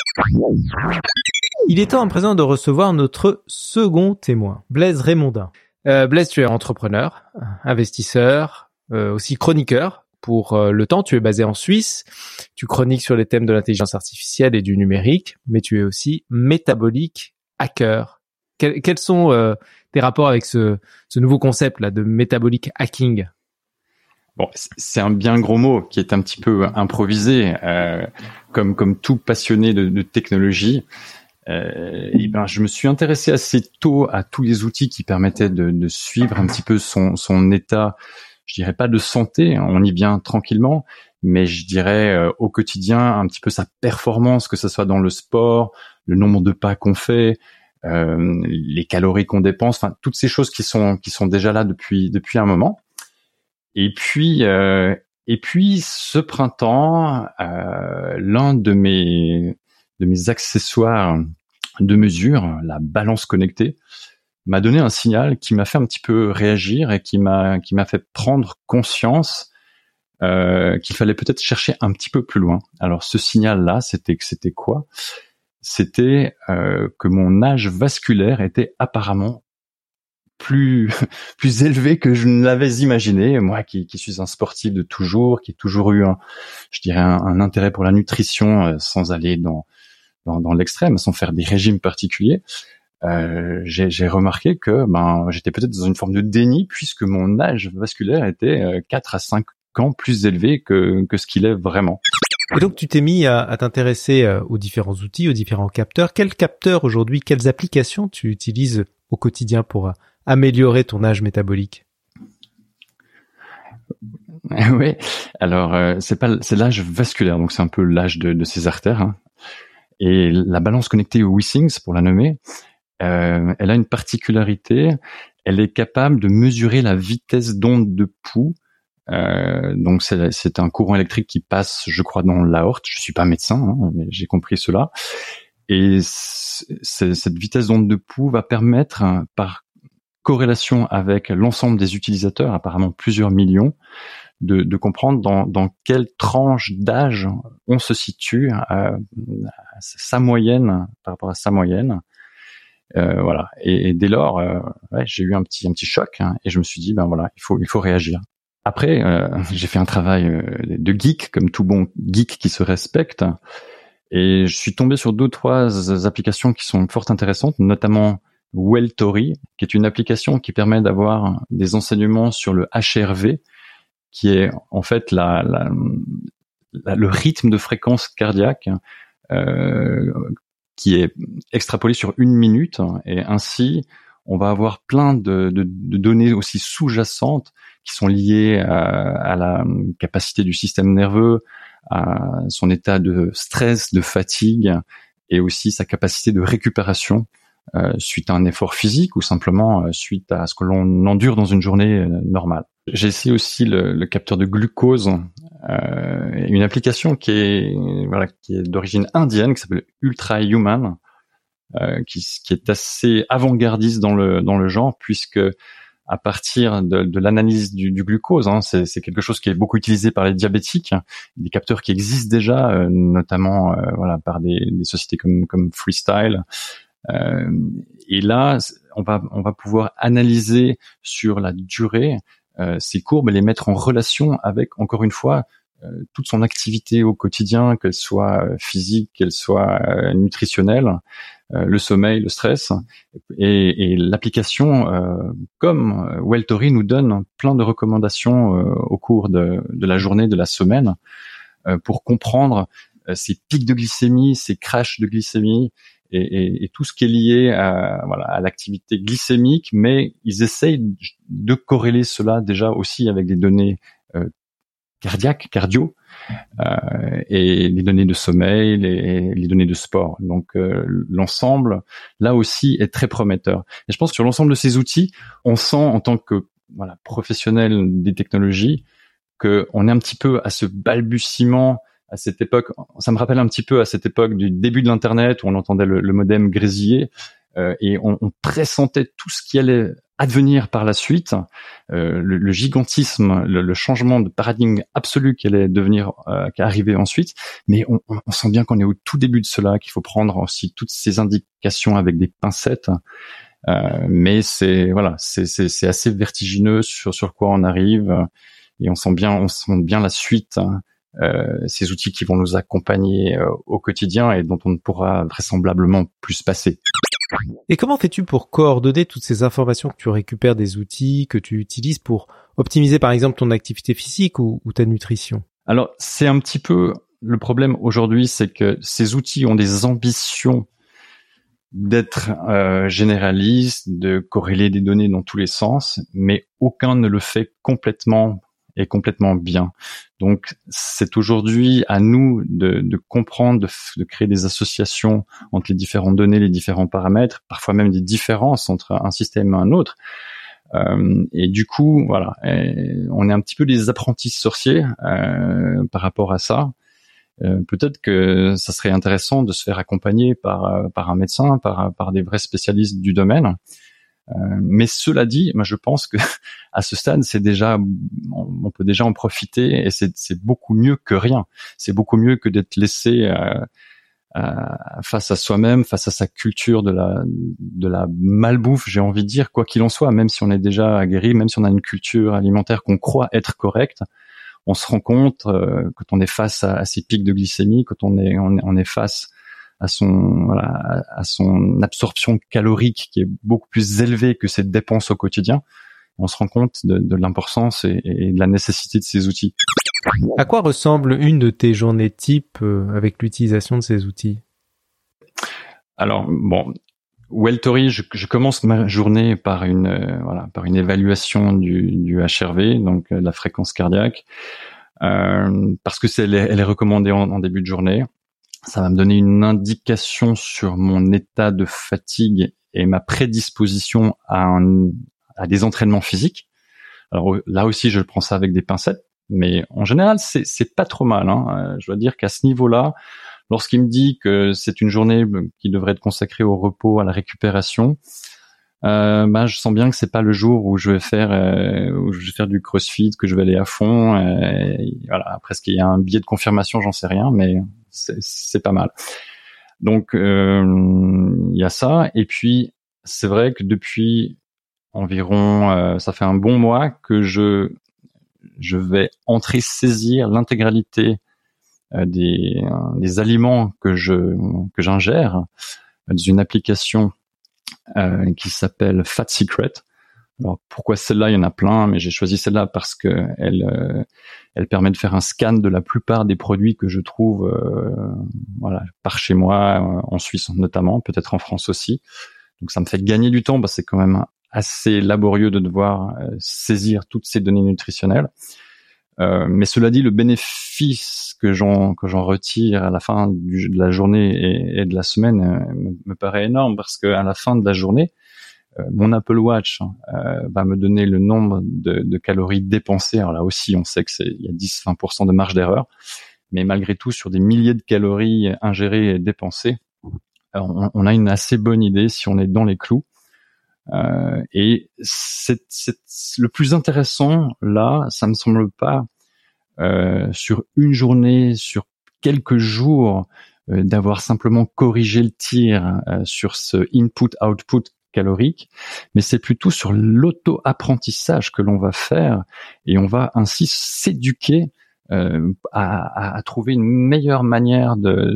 Il est temps à présent de recevoir notre second témoin, Blaise Raymondin. Blaise, tu es entrepreneur, investisseur, aussi chroniqueur. Pour Le Temps, tu es basé en Suisse. Tu chroniques sur les thèmes de l'intelligence artificielle et du numérique, mais tu es aussi métabolique hacker. Quels sont tes rapports avec ce nouveau concept là de métabolique hacking? Bon, c'est un bien gros mot qui est un petit peu improvisé, comme tout passionné de technologie. Je me suis intéressé assez tôt à tous les outils qui permettaient de suivre un petit peu son état. Je dirais pas de santé, on y vient tranquillement, mais je dirais au quotidien un petit peu sa performance, que ce soit dans le sport, le nombre de pas qu'on fait, les calories qu'on dépense, enfin toutes ces choses qui sont déjà là depuis un moment. Et puis ce printemps, l'un de mes accessoires de mesure, la balance connectée, m'a donné un signal qui m'a fait un petit peu réagir et qui m'a fait prendre conscience qu'il fallait peut-être chercher un petit peu plus loin. Alors ce signal-là, c'était quoi ? C'était que mon âge vasculaire était apparemment plus élevé que je ne l'avais imaginé. Moi qui suis un sportif de toujours, qui ai toujours eu un intérêt pour la nutrition sans aller dans l'extrême, sans faire des régimes particuliers. J'ai remarqué que j'étais peut-être dans une forme de déni puisque mon âge vasculaire était 4 à 5 ans plus élevé que ce qu'il est vraiment. Et donc tu t'es mis à t'intéresser aux différents outils, aux différents capteurs. Quels capteurs aujourd'hui, quelles applications tu utilises au quotidien pour améliorer ton âge métabolique? Oui, alors c'est l'âge vasculaire, donc c'est un peu l'âge de ces artères. Hein. Et la balance connectée Withings, pour la nommer, elle a une particularité, elle est capable de mesurer la vitesse d'onde de pouls. Donc c'est un courant électrique qui passe, je crois, dans l'aorte. Je suis pas médecin, hein, mais j'ai compris cela. Et cette vitesse d'onde de pouls va permettre, par corrélation avec l'ensemble des utilisateurs, apparemment plusieurs millions, de comprendre dans quelle tranche d'âge on se situe, sa moyenne par rapport à sa moyenne. Voilà. Et dès lors, j'ai eu un petit choc, hein, et je me suis dit, ben voilà, il faut réagir. Après, j'ai fait un travail de geek, comme tout bon geek qui se respecte, et je suis tombé sur 2-3 applications qui sont fort intéressantes, notamment Welltory, qui est une application qui permet d'avoir des enseignements sur le HRV, qui est en fait le rythme de fréquence cardiaque, qui est extrapolé sur 1 minute, et ainsi on va avoir plein de données aussi sous-jacentes qui sont liées à la capacité du système nerveux, à son état de stress, de fatigue, et aussi sa capacité de récupération suite à un effort physique ou simplement suite à ce que l'on endure dans une journée normale. J'ai essayé aussi le capteur de glucose, une application qui est d'origine indienne, qui s'appelle Ultra Human, qui est assez avant-gardiste dans le genre, puisque à partir de l'analyse du glucose, hein, c'est quelque chose qui est beaucoup utilisé par les diabétiques, des capteurs qui existent déjà, notamment par des sociétés comme Freestyle. Et là, on va pouvoir analyser sur la durée ces courbes et les mettre en relation avec, encore une fois, toute son activité au quotidien, qu'elle soit physique, qu'elle soit nutritionnelle, le sommeil, le stress, et l'application comme Welltory nous donne plein de recommandations au cours de la journée, de la semaine, pour comprendre ces pics de glycémie, ces crashs de glycémie, et tout ce qui est lié à l'activité glycémique, mais ils essayent de corréler cela déjà aussi avec des données cardio, et les données de sommeil, les données de sport. Donc l'ensemble, là aussi, est très prometteur. Et je pense que sur l'ensemble de ces outils, on sent en tant que professionnel des technologies qu'on est un petit peu à ce balbutiement à cette époque. Ça me rappelle un petit peu à cette époque du début de l'Internet où on entendait le modem grésiller, et on pressentait tout ce qui allait advenir par la suite, le gigantisme, le changement de paradigme absolu qui allait devenir, qui arrivait ensuite. Mais on sent bien qu'on est au tout début de cela, qu'il faut prendre aussi toutes ces indications avec des pincettes. Mais c'est assez vertigineux sur quoi on arrive, et on sent bien la suite. Ces outils qui vont nous accompagner au quotidien et dont on ne pourra vraisemblablement plus se passer. Et comment fais-tu pour coordonner toutes ces informations que tu récupères des outils, que tu utilises pour optimiser par exemple ton activité physique ou ta nutrition? Alors, c'est un petit peu le problème aujourd'hui, c'est que ces outils ont des ambitions d'être généralistes, de corréler des données dans tous les sens, mais aucun ne le fait complètement bien. Donc, c'est aujourd'hui à nous de comprendre, de créer des associations entre les différentes données, les différents paramètres, parfois même des différences entre un système et un autre. Et du coup, voilà, on est un petit peu des apprentis sorciers par rapport à ça. Peut-être que ça serait intéressant de se faire accompagner par un médecin, par des vrais spécialistes du domaine. Mais cela dit, moi je pense que à ce stade, on peut déjà en profiter, et c'est beaucoup mieux que rien. C'est beaucoup mieux que d'être laissé face à soi-même, face à sa culture de la malbouffe, j'ai envie de dire, quoi qu'il en soit. Même si on est déjà aguerri, même si on a une culture alimentaire qu'on croit être correcte, on se rend compte quand on est face à ces pics de glycémie, quand on est face à son absorption calorique qui est beaucoup plus élevée que ses dépenses au quotidien, on se rend compte de l'importance et de la nécessité de ces outils. À quoi ressemble une de tes journées type avec l'utilisation de ces outils? Alors bon, Welltory, je commence ma journée par une évaluation du HRV, donc la fréquence cardiaque, parce que elle est recommandée en début de journée. Ça va me donner une indication sur mon état de fatigue et ma prédisposition à des entraînements physiques. Alors là aussi, je prends ça avec des pincettes, mais en général, c'est pas trop mal, hein. Je dois dire qu'à ce niveau-là, lorsqu'il me dit que c'est une journée qui devrait être consacrée au repos, à la récupération, je sens bien que c'est pas le jour où je vais faire du CrossFit, que je vais aller à fond. Voilà. Après, est-ce qu'il y a un biais de confirmation, j'en sais rien, mais c'est pas mal. Donc, il y a ça. Et puis, c'est vrai que depuis environ, ça fait un bon mois que je vais saisir l'intégralité des aliments que j'ingère dans une application qui s'appelle Fat Secret. Alors pourquoi celle-là? Il y en a plein, mais j'ai choisi celle-là parce que elle permet de faire un scan de la plupart des produits que je trouve par chez moi, en Suisse notamment, peut-être en France aussi. Donc ça me fait gagner du temps, parce que c'est quand même assez laborieux de devoir saisir toutes ces données nutritionnelles. Mais cela dit, le bénéfice que j'en retire à la fin de la journée et de la semaine me paraît énorme, parce que à la fin de la journée, mon Apple Watch va me donner le nombre de calories dépensées. Alors là aussi, on sait que il y a 10-20% de marge d'erreur, mais malgré tout, sur des milliers de calories ingérées et dépensées, on a une assez bonne idée si on est dans les clous. Et c'est le plus intéressant là, ça me semble pas sur une journée, sur quelques jours, d'avoir simplement corrigé le tir sur ce input-output calorique, mais c'est plutôt sur l'auto-apprentissage que l'on va faire, et on va ainsi s'éduquer à trouver une meilleure manière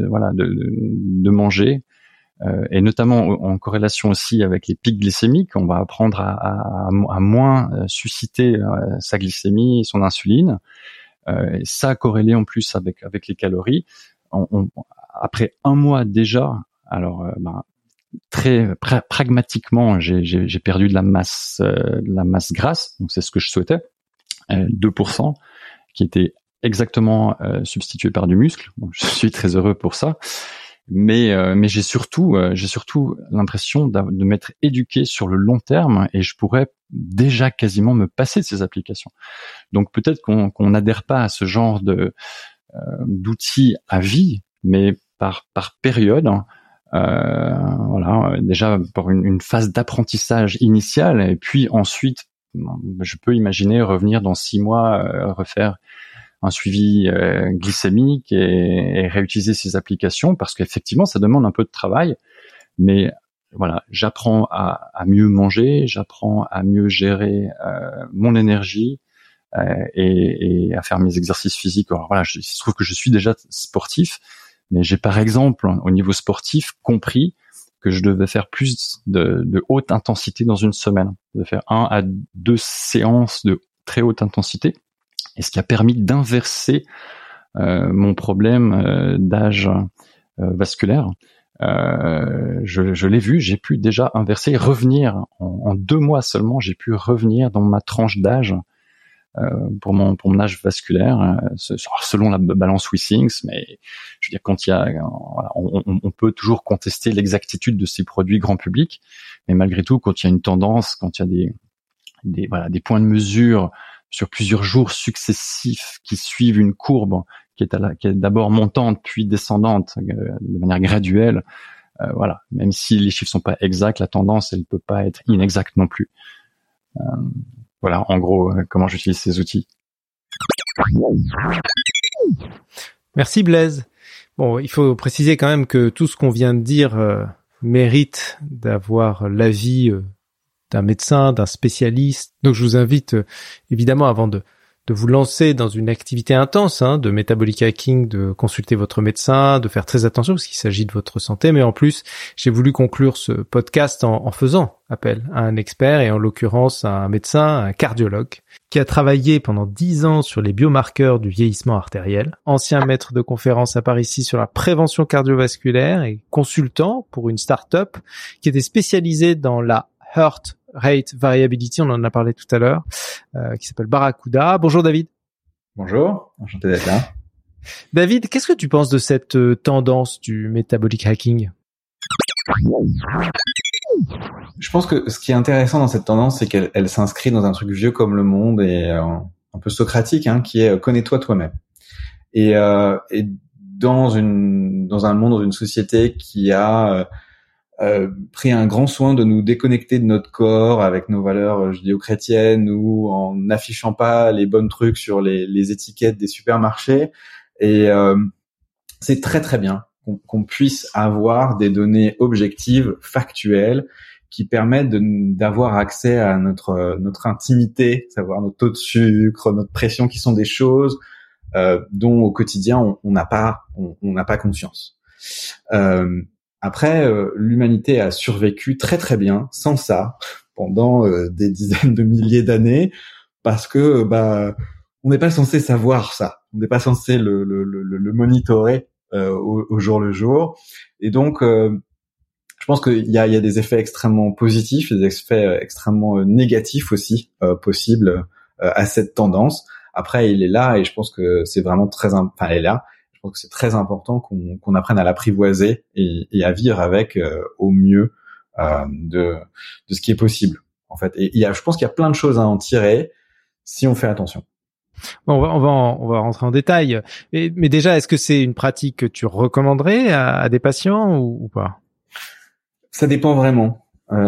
de manger. Et notamment en corrélation aussi avec les pics glycémiques, on va apprendre à moins susciter sa glycémie et son insuline. Et ça corrélé en plus avec les calories. Après un mois déjà, alors très pragmatiquement, j'ai perdu de la masse grasse, donc c'est ce que je souhaitais, 2%, qui était exactement substitué par du muscle. Donc, je suis très heureux pour ça. Mais j'ai surtout l'impression de m'être éduqué sur le long terme, et je pourrais déjà quasiment me passer de ces applications. Donc peut-être qu'on n'adhère pas à ce genre d'outils à vie, mais par période. Déjà par une phase d'apprentissage initiale, et puis ensuite, je peux imaginer revenir dans 6 mois, refaire un suivi glycémique et réutiliser ces applications, parce qu'effectivement ça demande un peu de travail, mais voilà, j'apprends à mieux manger, j'apprends à mieux gérer mon énergie et à faire mes exercices physiques. Alors voilà, il se trouve que je suis déjà sportif, mais j'ai par exemple au niveau sportif compris que je devais faire plus de haute intensité dans une semaine, de faire 1 à 2 séances de très haute intensité. Et ce qui a permis d'inverser mon problème d'âge vasculaire. Je l'ai vu, j'ai pu déjà inverser, revenir en 2 mois seulement, j'ai pu revenir dans ma tranche d'âge pour mon âge vasculaire, selon la balance Withings. Mais je veux dire, quand il y a, voilà, on peut toujours contester l'exactitude de ces produits grand public, mais malgré tout, quand il y a une tendance, quand il y a des points de mesure sur plusieurs jours successifs qui suivent une courbe qui est d'abord montante puis descendante de manière graduelle, voilà, même si les chiffres sont pas exacts, la tendance elle peut pas être inexacte non plus. Voilà, en gros, comment j'utilise ces outils. Merci Blaise. Bon, il faut préciser quand même que tout ce qu'on vient de dire mérite d'avoir l'avis d'un médecin, d'un spécialiste. Donc je vous invite évidemment, avant de vous lancer dans une activité intense de metabolic hacking, de consulter votre médecin, de faire très attention parce qu'il s'agit de votre santé. Mais en plus, j'ai voulu conclure ce podcast en faisant appel à un expert, et en l'occurrence à un médecin, un cardiologue, qui a travaillé pendant 10 ans sur les biomarqueurs du vieillissement artériel, ancien maître de conférence à Paris ici sur la prévention cardiovasculaire et consultant pour une start-up qui était spécialisée dans la Heart Rate Variability, on en a parlé tout à l'heure, qui s'appelle Barracuda. Bonjour David. Bonjour, enchanté d'être là. David, qu'est-ce que tu penses de cette tendance du metabolic hacking ? Je pense que ce qui est intéressant dans cette tendance, c'est qu'elle s'inscrit dans un truc vieux comme le monde et un peu socratique, qui est connais-toi toi-même. Et dans un monde, dans une société qui a pris un grand soin de nous déconnecter de notre corps avec nos valeurs judéo-chrétiennes ou en n'affichant pas les bons trucs sur les étiquettes des supermarchés. Et c'est très très bien qu'on puisse avoir des données objectives, factuelles, qui permettent d'avoir accès à notre intimité, savoir notre taux de sucre, notre pression, qui sont des choses dont au quotidien on n'a pas conscience. Après, l'humanité a survécu très très bien sans ça pendant des dizaines de milliers d'années, parce que on n'est pas censé savoir ça, on n'est pas censé le monitorer au jour le jour, et donc je pense qu'il y a des effets extrêmement positifs et des effets extrêmement négatifs aussi possibles à cette tendance. Après, il est là, et je pense que c'est vraiment elle est là. Je pense que c'est très important qu'on apprenne à l'apprivoiser et à vivre avec au mieux de ce qui est possible, en fait. Et je pense qu'il y a plein de choses à en tirer si on fait attention. Bon, on va rentrer en détail. Mais déjà, est-ce que c'est une pratique que tu recommanderais à des patients ou pas? Ça dépend vraiment,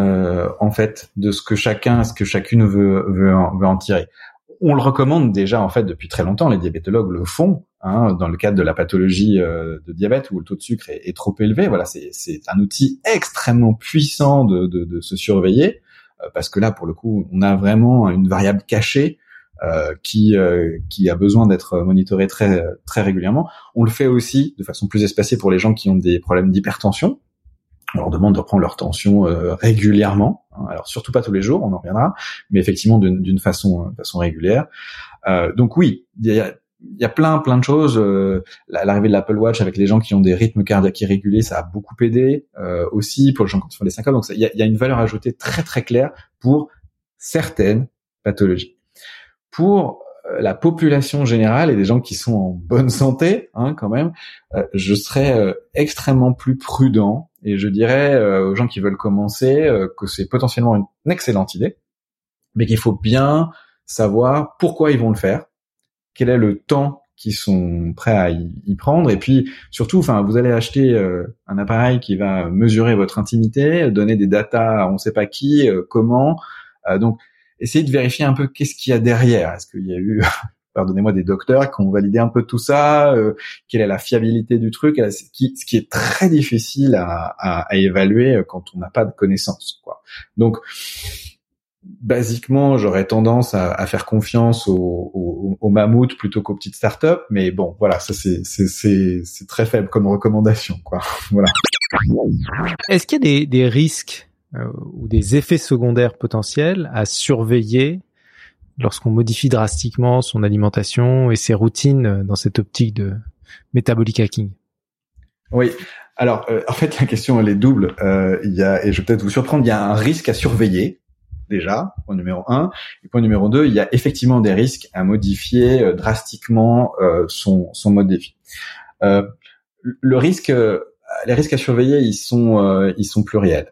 en fait, de ce que chacune veut en tirer. On le recommande déjà, en fait, depuis très longtemps. Les diabétologues le font, dans le cadre de la pathologie de diabète où le taux de sucre est trop élevé. Voilà, c'est un outil extrêmement puissant de se surveiller, parce que là, pour le coup, on a vraiment une variable cachée qui a besoin d'être monitorée très très régulièrement. On le fait aussi de façon plus espacée pour les gens qui ont des problèmes d'hypertension. On leur demande de reprendre leur tension régulièrement. Alors surtout pas tous les jours, on en reviendra, mais effectivement d'une façon régulière. Donc oui, il y a plein de choses. L'arrivée de l'Apple Watch avec les gens qui ont des rythmes cardiaques irréguliers, ça a beaucoup aidé aussi pour les gens qui font les syncopes. Donc il y a une valeur ajoutée très très claire pour certaines pathologies. Pour la population générale et des gens qui sont en bonne santé, quand même, je serais extrêmement plus prudent, et je dirais aux gens qui veulent commencer que c'est potentiellement une excellente idée, mais qu'il faut bien savoir pourquoi ils vont le faire, quel est le temps qu'ils sont prêts à y prendre, et puis surtout, vous allez acheter un appareil qui va mesurer votre intimité, donner des datas à on sait pas qui, comment, donc essayez de vérifier un peu qu'est-ce qu'il y a derrière. Est-ce qu'il y a eu, pardonnez-moi, des docteurs qui ont validé un peu tout ça, quelle est la fiabilité du truc, ce qui est très difficile à évaluer quand on n'a pas de connaissances, quoi. Donc, basiquement, j'aurais tendance à faire confiance aux mammouths plutôt qu'aux petites startups, mais bon, voilà, ça c'est très faible comme recommandation, quoi. Voilà. Est-ce qu'il y a des risques ou des effets secondaires potentiels à surveiller lorsqu'on modifie drastiquement son alimentation et ses routines dans cette optique de metabolic hacking? Oui. Alors, en fait, la question, elle est double. Et je vais peut-être vous surprendre, il y a un risque à surveiller, déjà, point numéro 1. Et point numéro 2, il y a effectivement des risques à modifier drastiquement son mode de vie. Les risques à surveiller, ils sont pluriels.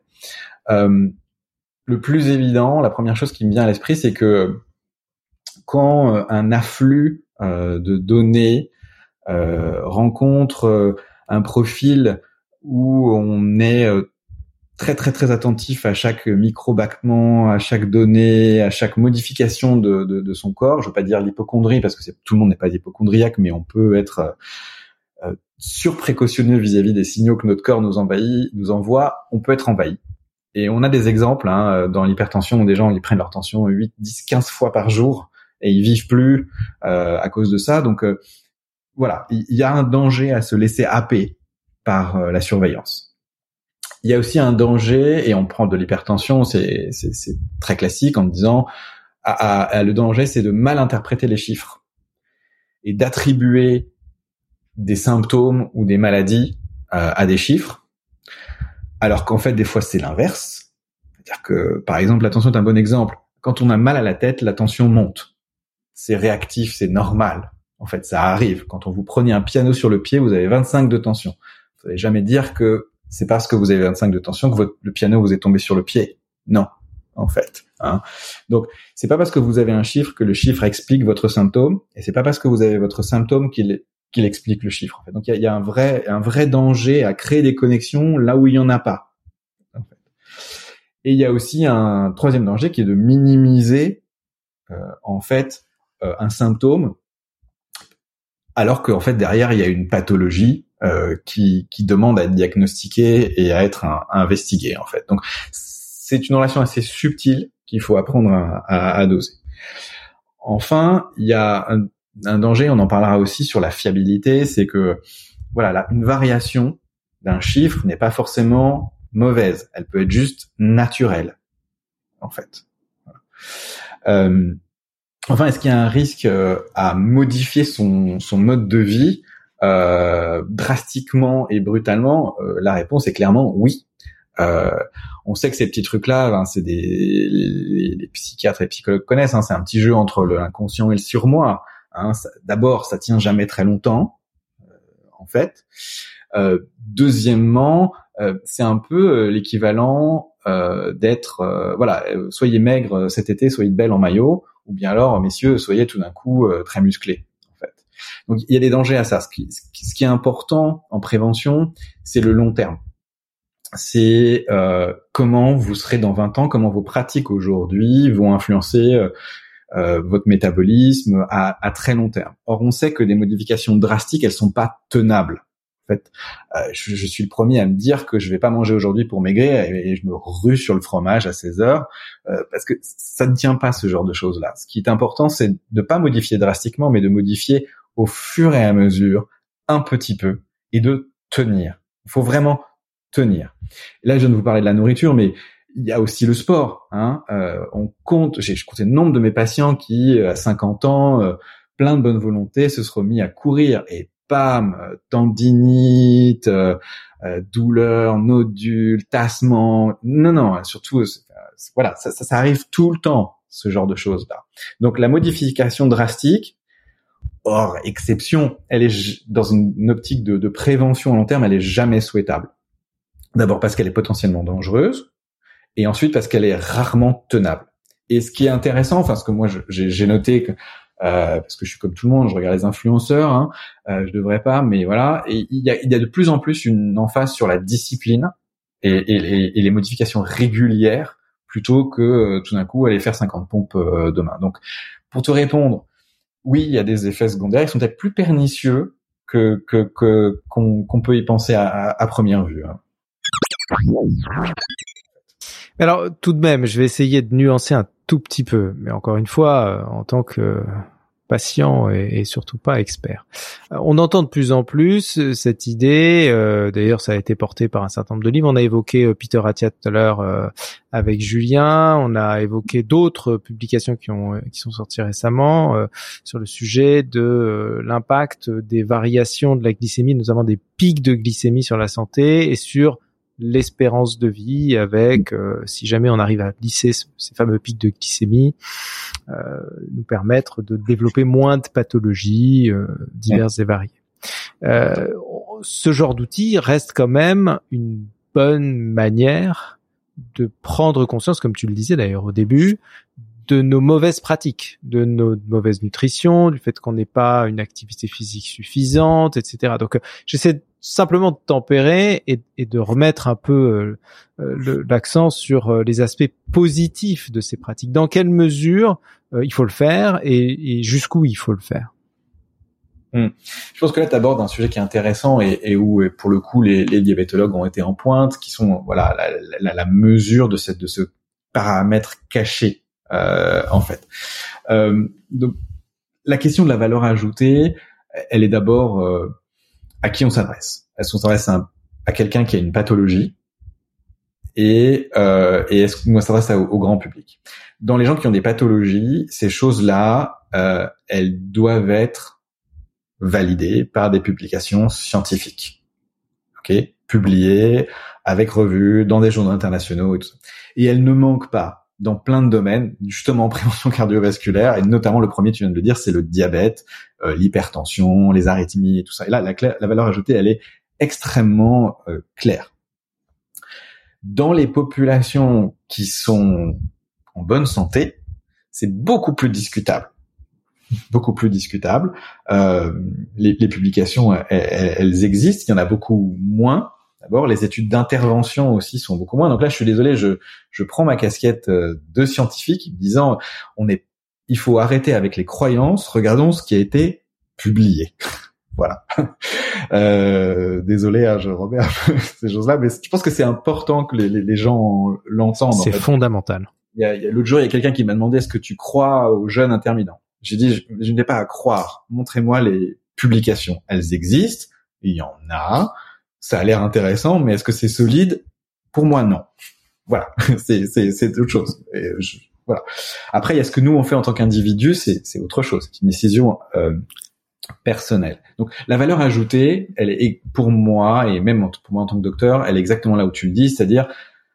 Le plus évident, la première chose qui me vient à l'esprit, c'est que quand un afflux de données rencontre un profil où on est très très très attentif à chaque micro-battement, à chaque donnée, à chaque modification de son corps, je veux pas dire l'hypocondrie parce que tout le monde n'est pas hypocondriaque, mais on peut être surprécautionneux vis-à-vis des signaux que notre corps nous envoie, on peut être envahi. Et on a des exemples dans l'hypertension où des gens ils prennent leur tension 8, 10, 15 fois par jour et ils vivent plus à cause de ça. Donc voilà, il y a un danger à se laisser happer par la surveillance. Il y a aussi un danger, et on prend de l'hypertension, c'est très classique en disant le danger c'est de mal interpréter les chiffres et d'attribuer des symptômes ou des maladies à des chiffres. Alors qu'en fait, des fois, c'est l'inverse. C'est-à-dire que, par exemple, la tension est un bon exemple. Quand on a mal à la tête, la tension monte. C'est réactif, c'est normal. En fait, ça arrive. Quand on vous prenez un piano sur le pied, vous avez 25 de tension. Vous n'allez jamais dire que c'est parce que vous avez 25 de tension que le piano vous est tombé sur le pied. Non, en fait. Donc, c'est pas parce que vous avez un chiffre que le chiffre explique votre symptôme, et c'est pas parce que vous avez votre symptôme qu'il explique le chiffre. En fait. Donc il y a un vrai danger à créer des connexions là où il y en a pas. Et il y a aussi un troisième danger qui est de minimiser en fait un symptôme, alors qu'en fait derrière il y a une pathologie qui demande à être diagnostiquée et à être investiguée en fait. Donc c'est une relation assez subtile qu'il faut apprendre à doser. Enfin, il y a un danger, on en parlera aussi sur la fiabilité, c'est que voilà, une variation d'un chiffre n'est pas forcément mauvaise, elle peut être juste naturelle en fait. Enfin, est-ce qu'il y a un risque à modifier son mode de vie drastiquement et brutalement? La réponse est clairement oui. On sait que ces petits trucs-là, c'est les psychiatres et psychologues connaissent. C'est un petit jeu entre l'inconscient et le surmoi. D'abord, ça tient jamais très longtemps, en fait. Deuxièmement, c'est un peu l'équivalent d'être, soyez maigre cet été, soyez belle en maillot, ou bien alors, messieurs, soyez tout d'un coup très musclés. En fait. Donc, il y a des dangers à ça. Ce qui est important en prévention, c'est le long terme. C'est comment vous serez dans 20 ans, comment vos pratiques aujourd'hui vont influencer votre métabolisme à très long terme. Or, on sait que des modifications drastiques, elles sont pas tenables. En fait, je suis le premier à me dire que je vais pas manger aujourd'hui pour maigrir et je me rue sur le fromage à 16 heures parce que ça ne tient pas, ce genre de choses-là. Ce qui est important, c'est de pas modifier drastiquement, mais de modifier au fur et à mesure, un petit peu, et de tenir. Il faut vraiment tenir. Là, je viens de vous parler de la nourriture, mais il y a aussi le sport. On compte, j'ai compté le nombre de mes patients qui, à 50 ans, plein de bonne volonté, se seront mis à courir et bam, tendinite, douleur, nodule, tassement. Non, surtout, voilà, ça arrive tout le temps, ce genre de choses-là. Donc, la modification drastique, hors exception, elle est dans une optique de prévention à long terme, elle est jamais souhaitable. D'abord parce qu'elle est potentiellement dangereuse, et ensuite parce qu'elle est rarement tenable. Et ce qui est intéressant, ce que moi j'ai noté que parce que je suis comme tout le monde, je regarde les influenceurs, je devrais pas, mais voilà. Et il y a de plus en plus une emphase sur la discipline et les modifications régulières plutôt que tout d'un coup aller faire 50 pompes demain. Donc, pour te répondre, oui, il y a des effets secondaires, ils sont peut-être plus pernicieux qu'on peut y penser à première vue. Alors, tout de même, je vais essayer de nuancer un tout petit peu, mais encore une fois, en tant que patient et surtout pas expert. On entend de plus en plus cette idée, d'ailleurs ça a été porté par un certain nombre de livres, on a évoqué Peter Attia tout à l'heure avec Julien, on a évoqué d'autres publications qui sont sorties récemment sur le sujet de l'impact des variations de la glycémie, notamment des pics de glycémie sur la santé et sur l'espérance de vie avec, si jamais on arrive à lisser ces fameux pics de glycémie, nous permettre de développer moins de pathologies diverses et variées. Ce genre d'outil reste quand même une bonne manière de prendre conscience, comme tu le disais d'ailleurs au début, de nos mauvaises pratiques, de nos mauvaises nutritions, du fait qu'on n'ait pas une activité physique suffisante, etc. Donc, j'essaie simplement de tempérer et de remettre un peu l'accent sur les aspects positifs de ces pratiques. Dans quelle mesure il faut le faire et jusqu'où il faut le faire. Je pense que là, tu abordes un sujet qui est intéressant et où, pour le coup, les diabétologues ont été en pointe, qui sont la mesure de ce paramètre caché. En fait. Donc, la question de la valeur ajoutée, elle est d'abord à qui on s'adresse. Est-ce qu'on s'adresse à quelqu'un qui a une pathologie et est-ce qu'on s'adresse au grand public? Dans les gens qui ont des pathologies, ces choses-là, elles doivent être validées par des publications scientifiques, publiées avec revues dans des journaux internationaux et tout ça. Et elles ne manquent pas dans plein de domaines, justement en prévention cardiovasculaire, et notamment le premier, tu viens de le dire, c'est le diabète, l'hypertension, les arythmies et tout ça. Et là, la valeur ajoutée, elle est extrêmement claire. Dans les populations qui sont en bonne santé, c'est beaucoup plus discutable. Beaucoup plus discutable. Les publications, elles existent, il y en a beaucoup moins. d'abord. Les études d'intervention aussi sont beaucoup moins. Donc là, je suis désolé, je prends ma casquette de scientifique, disant il faut arrêter avec les croyances. Regardons ce qui a été publié. Voilà. Désolé, je remets un peu ces choses-là, mais je pense que c'est important que les gens l'entendent. C'est fondamental. Il y a l'autre jour, il y a quelqu'un qui m'a demandé est-ce que tu crois aux jeûnes intermittents. J'ai dit je n'ai pas à croire. Montrez-moi les publications. Elles existent. Il y en a. Ça a l'air intéressant, mais est-ce que c'est solide? Pour moi, non. Voilà. c'est autre chose. Voilà. Après, il y a ce que nous on fait en tant qu'individu, c'est autre chose. C'est une décision personnelle. Donc, la valeur ajoutée, elle est pour moi et même pour moi en tant que docteur, elle est exactement là où tu le dis, c'est-à-dire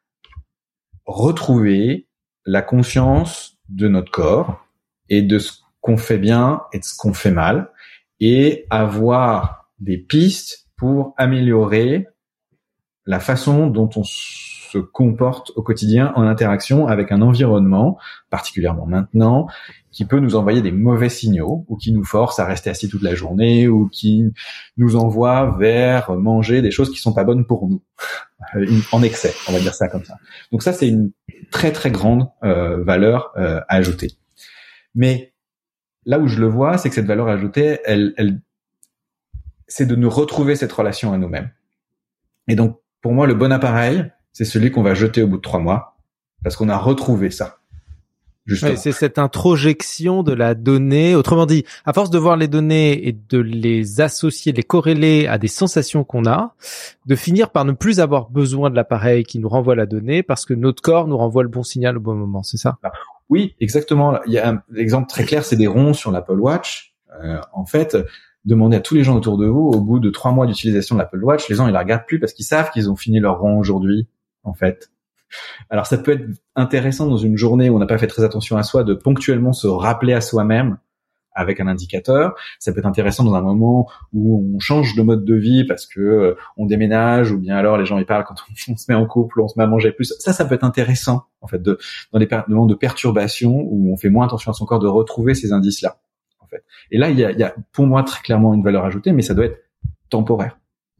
retrouver la conscience de notre corps et de ce qu'on fait bien et de ce qu'on fait mal, et avoir des pistes pour améliorer la façon dont on se comporte au quotidien en interaction avec un environnement, particulièrement maintenant, qui peut nous envoyer des mauvais signaux ou qui nous force à rester assis toute la journée ou qui nous envoie vers manger des choses qui sont pas bonnes pour nous, en excès, on va dire ça comme ça. Donc ça, c'est une très très grande valeur ajoutée. Mais là où je le vois, c'est que cette valeur ajoutée, elle c'est de nous retrouver cette relation à nous-mêmes. Et donc, pour moi, le bon appareil, c'est celui qu'on va jeter au bout de 3 mois, parce qu'on a retrouvé ça. Justement. Ouais, c'est cette introjection de la donnée. Autrement dit, à force de voir les données et de les associer, de les corréler à des sensations qu'on a, de finir par ne plus avoir besoin de l'appareil qui nous renvoie la donnée parce que notre corps nous renvoie le bon signal au bon moment. C'est ça? Oui, exactement. Il y a un exemple très clair, c'est des ronds sur l'Apple Watch. En fait, demandez à tous les gens autour de vous, au bout de 3 mois d'utilisation de l'Apple Watch, les gens, ils la regardent plus parce qu'ils savent qu'ils ont fini leur rond aujourd'hui, en fait. Alors, ça peut être intéressant dans une journée où on n'a pas fait très attention à soi de ponctuellement se rappeler à soi-même avec un indicateur. Ça peut être intéressant dans un moment où on change de mode de vie parce que on déménage, ou bien alors les gens ils parlent quand on se met en couple, on se met à manger plus. Ça peut être intéressant, en fait, dans les moments de perturbation où on fait moins attention à son corps, de retrouver ces indices-là. Fait. Et là, il y a pour moi très clairement une valeur ajoutée, mais ça doit être temporaire.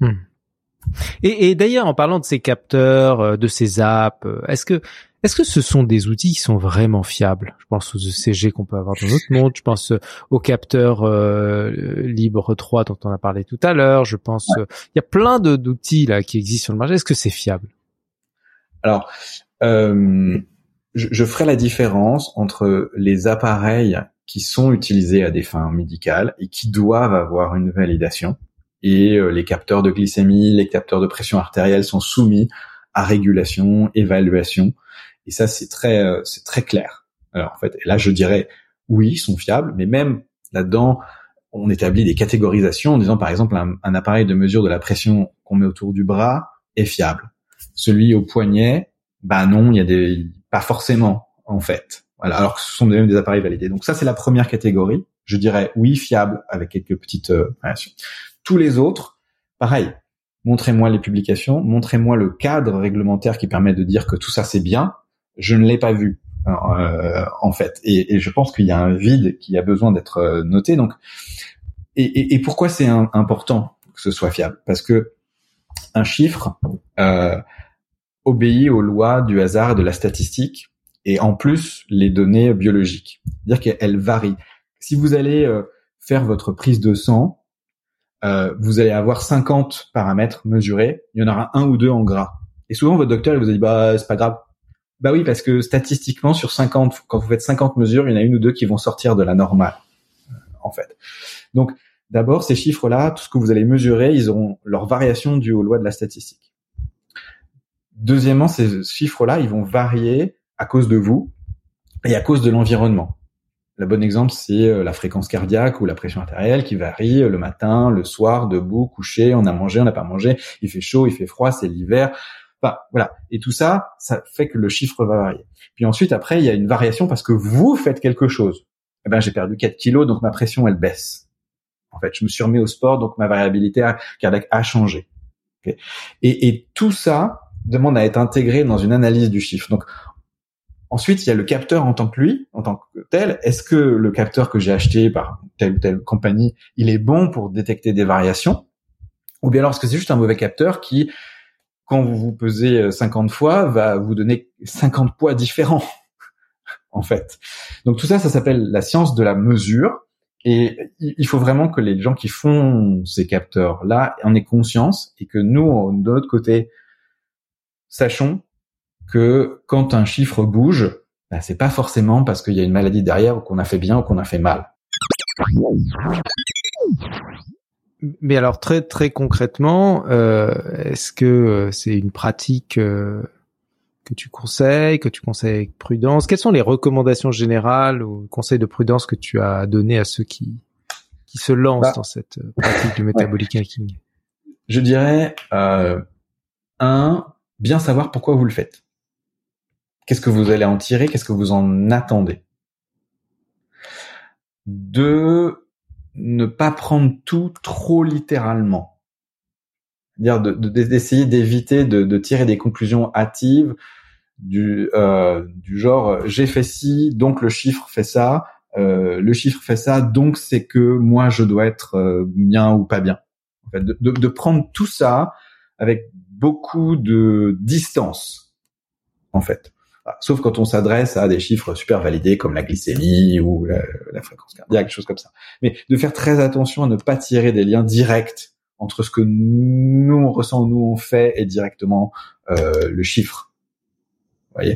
Et d'ailleurs, en parlant de ces capteurs, de ces apps, est-ce que ce sont des outils qui sont vraiment fiables? Je pense aux ECG qu'on peut avoir dans notre monde, je pense aux capteurs Libre 3 dont on a parlé tout à l'heure, je pense il y a plein d'outils là qui existent sur le marché. Est-ce que c'est fiable? Alors, je ferai la différence entre les appareils qui sont utilisés à des fins médicales et qui doivent avoir une validation, et les capteurs de glycémie, les capteurs de pression artérielle sont soumis à régulation, évaluation, et ça c'est très clair. Alors en fait, et là je dirais oui, ils sont fiables, mais même là-dedans, on établit des catégorisations en disant par exemple un appareil de mesure de la pression qu'on met autour du bras est fiable. Celui au poignet, bah non, il y a pas forcément en fait. Voilà, alors que ce sont même des appareils validés. Donc ça, c'est la première catégorie. Je dirais oui, fiable, avec quelques petites variations. Tous les autres, pareil. Montrez-moi les publications, montrez-moi le cadre réglementaire qui permet de dire que tout ça c'est bien. Je ne l'ai pas vu en fait, et je pense qu'il y a un vide qui a besoin d'être noté. Donc, et pourquoi c'est important que ce soit fiable? Parce que un chiffre obéit aux lois du hasard et de la statistique. Et en plus, les données biologiques. C'est-à-dire qu'elles varient. Si vous allez faire votre prise de sang, vous allez avoir 50 paramètres mesurés. Il y en aura 1 ou 2 en gras. Et souvent, votre docteur, il vous a dit, bah, c'est pas grave. Bah oui, parce que statistiquement, sur 50, quand vous faites 50 mesures, il y en a 1 ou 2 qui vont sortir de la normale, en fait. Donc, d'abord, ces chiffres-là, tout ce que vous allez mesurer, ils auront leur variation due aux lois de la statistique. Deuxièmement, ces chiffres-là, ils vont varier à cause de vous et à cause de l'environnement. Le bon exemple, c'est la fréquence cardiaque ou la pression artérielle qui varie le matin, le soir, debout, couché, on a mangé, on n'a pas mangé, il fait chaud, il fait froid, c'est l'hiver. Enfin, voilà. Et tout ça, ça fait que le chiffre va varier. Puis ensuite, après, il y a une variation parce que vous faites quelque chose. Eh ben, j'ai perdu 4 kilos, donc ma pression, elle baisse. En fait, je me suis remis au sport, donc ma variabilité cardiaque a changé. Okay. Et tout ça demande à être intégré dans une analyse du chiffre. Donc, ensuite, il y a le capteur en tant que tel. Est-ce que le capteur que j'ai acheté par telle ou telle compagnie, il est bon pour détecter des variations? Ou bien alors, est-ce que c'est juste un mauvais capteur qui quand vous vous pesez 50 fois, va vous donner 50 poids différents, en fait. Donc tout ça, ça s'appelle la science de la mesure. Et il faut vraiment que les gens qui font ces capteurs-là en aient conscience et que nous, de notre côté, sachons que quand un chiffre bouge, c'est pas forcément parce qu'il y a une maladie derrière ou qu'on a fait bien ou qu'on a fait mal. Mais alors très très concrètement, est-ce que c'est une pratique que tu conseilles avec prudence? Quelles sont les recommandations générales ou conseils de prudence que tu as donné à ceux qui se lancent dans cette pratique du metabolic hacking? Je dirais, bien savoir pourquoi vous le faites. Qu'est-ce que vous allez en tirer? Qu'est-ce que vous en attendez? 2, ne pas prendre tout trop littéralement. C'est-à-dire d'essayer d'éviter de tirer des conclusions hâtives du genre j'ai fait ci, donc le chiffre fait ça, donc c'est que moi je dois être bien ou pas bien. En fait, de prendre tout ça avec beaucoup de distance, en fait. Sauf quand on s'adresse à des chiffres super validés comme la glycémie ou la fréquence cardiaque, des choses comme ça. Mais de faire très attention à ne pas tirer des liens directs entre ce que nous on ressent, nous on fait, et directement le chiffre. Vous voyez,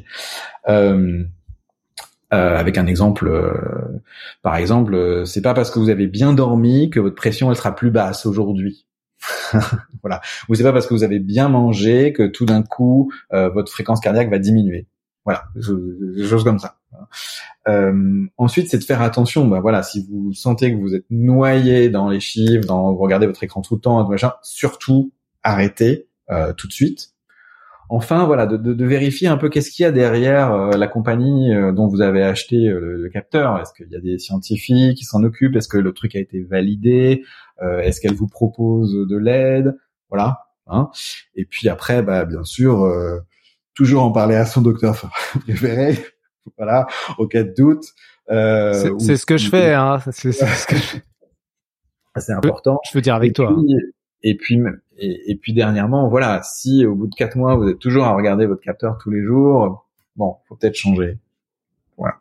avec un exemple, par exemple, c'est pas parce que vous avez bien dormi que votre pression elle sera plus basse aujourd'hui. Voilà. Ou c'est pas parce que vous avez bien mangé que tout d'un coup votre fréquence cardiaque va diminuer. Voilà, des choses comme ça. Ensuite, c'est de faire attention. Voilà, si vous sentez que vous êtes noyé dans les chiffres, vous regardez votre écran tout le temps, surtout arrêtez tout de suite. Enfin, voilà, de vérifier un peu qu'est-ce qu'il y a derrière la compagnie dont vous avez acheté le capteur. Est-ce qu'il y a des scientifiques qui s'en occupent? Est-ce que le truc a été validé? Est-ce qu'elle vous propose de l'aide? Voilà. Hein. Et puis après, bien sûr, toujours en parler à son docteur préféré. Voilà, au cas de doute. C'est ce que je fais, hein. C'est ce que je fais. C'est important. Je veux dire avec toi. Et puis dernièrement, voilà, si au bout de 4 mois vous êtes toujours à regarder votre capteur tous les jours, faut peut-être changer. Voilà.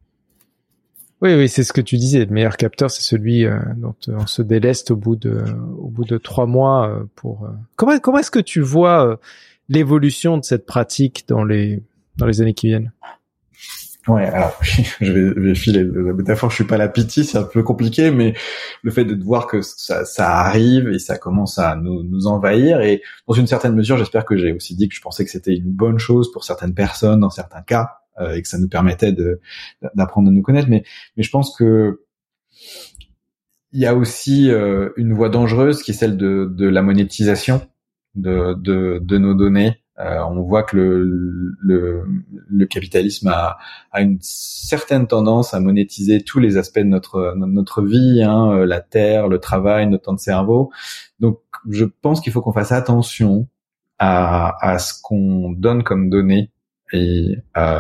Oui, c'est ce que tu disais. Le meilleur capteur, c'est celui dont on se déleste au bout de 3 mois pour. Comment est-ce que tu vois l'évolution de cette pratique dans les années qui viennent? Ouais, alors je vais filer la métaphore. Je suis pas la pitié, c'est un peu compliqué, mais le fait de voir que ça arrive et ça commence à nous envahir, et dans une certaine mesure, j'espère que j'ai aussi dit que je pensais que c'était une bonne chose pour certaines personnes dans certains cas, et que ça nous permettait d'apprendre à nous connaître. Mais je pense que il y a aussi une voie dangereuse qui est celle de la monétisation de nos données. On voit que le capitalisme a une certaine tendance à monétiser tous les aspects de notre vie, hein, la terre, le travail, notre temps de cerveau. Donc, je pense qu'il faut qu'on fasse attention à ce qu'on donne comme données, et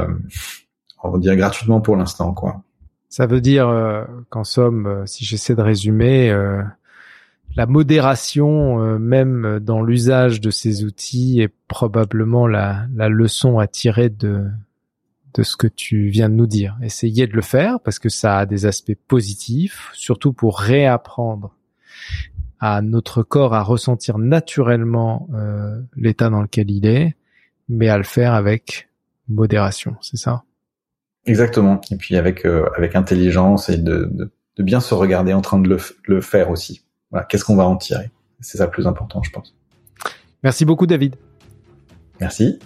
on va dire gratuitement pour l'instant, quoi. Ça veut dire qu'en somme, si j'essaie de résumer, la modération, même dans l'usage de ces outils, est probablement la leçon à tirer de ce que tu viens de nous dire. Essayez de le faire parce que ça a des aspects positifs, surtout pour réapprendre à notre corps à ressentir naturellement l'état dans lequel il est, mais à le faire avec modération, c'est ça? Exactement. Et puis avec intelligence, et de bien se regarder en train de le faire aussi. Voilà, qu'est-ce qu'on va en tirer? C'est ça le plus important, je pense. Merci beaucoup, David. Merci.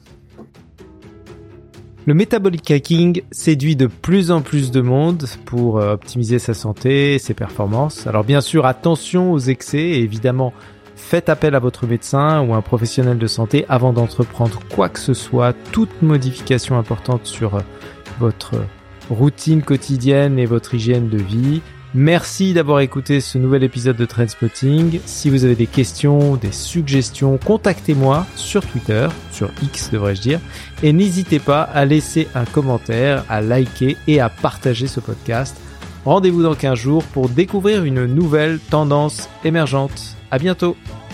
Le metabolic hacking séduit de plus en plus de monde pour optimiser sa santé et ses performances. Alors bien sûr, attention aux excès et évidemment, faites appel à votre médecin ou un professionnel de santé avant d'entreprendre quoi que ce soit, toute modification importante sur votre routine quotidienne et votre hygiène de vie. Merci d'avoir écouté ce nouvel épisode de Trendspotting. Si vous avez des questions, des suggestions, contactez-moi sur Twitter, sur X devrais-je dire, et n'hésitez pas à laisser un commentaire, à liker et à partager ce podcast. Rendez-vous dans 15 jours pour découvrir une nouvelle tendance émergente. À bientôt.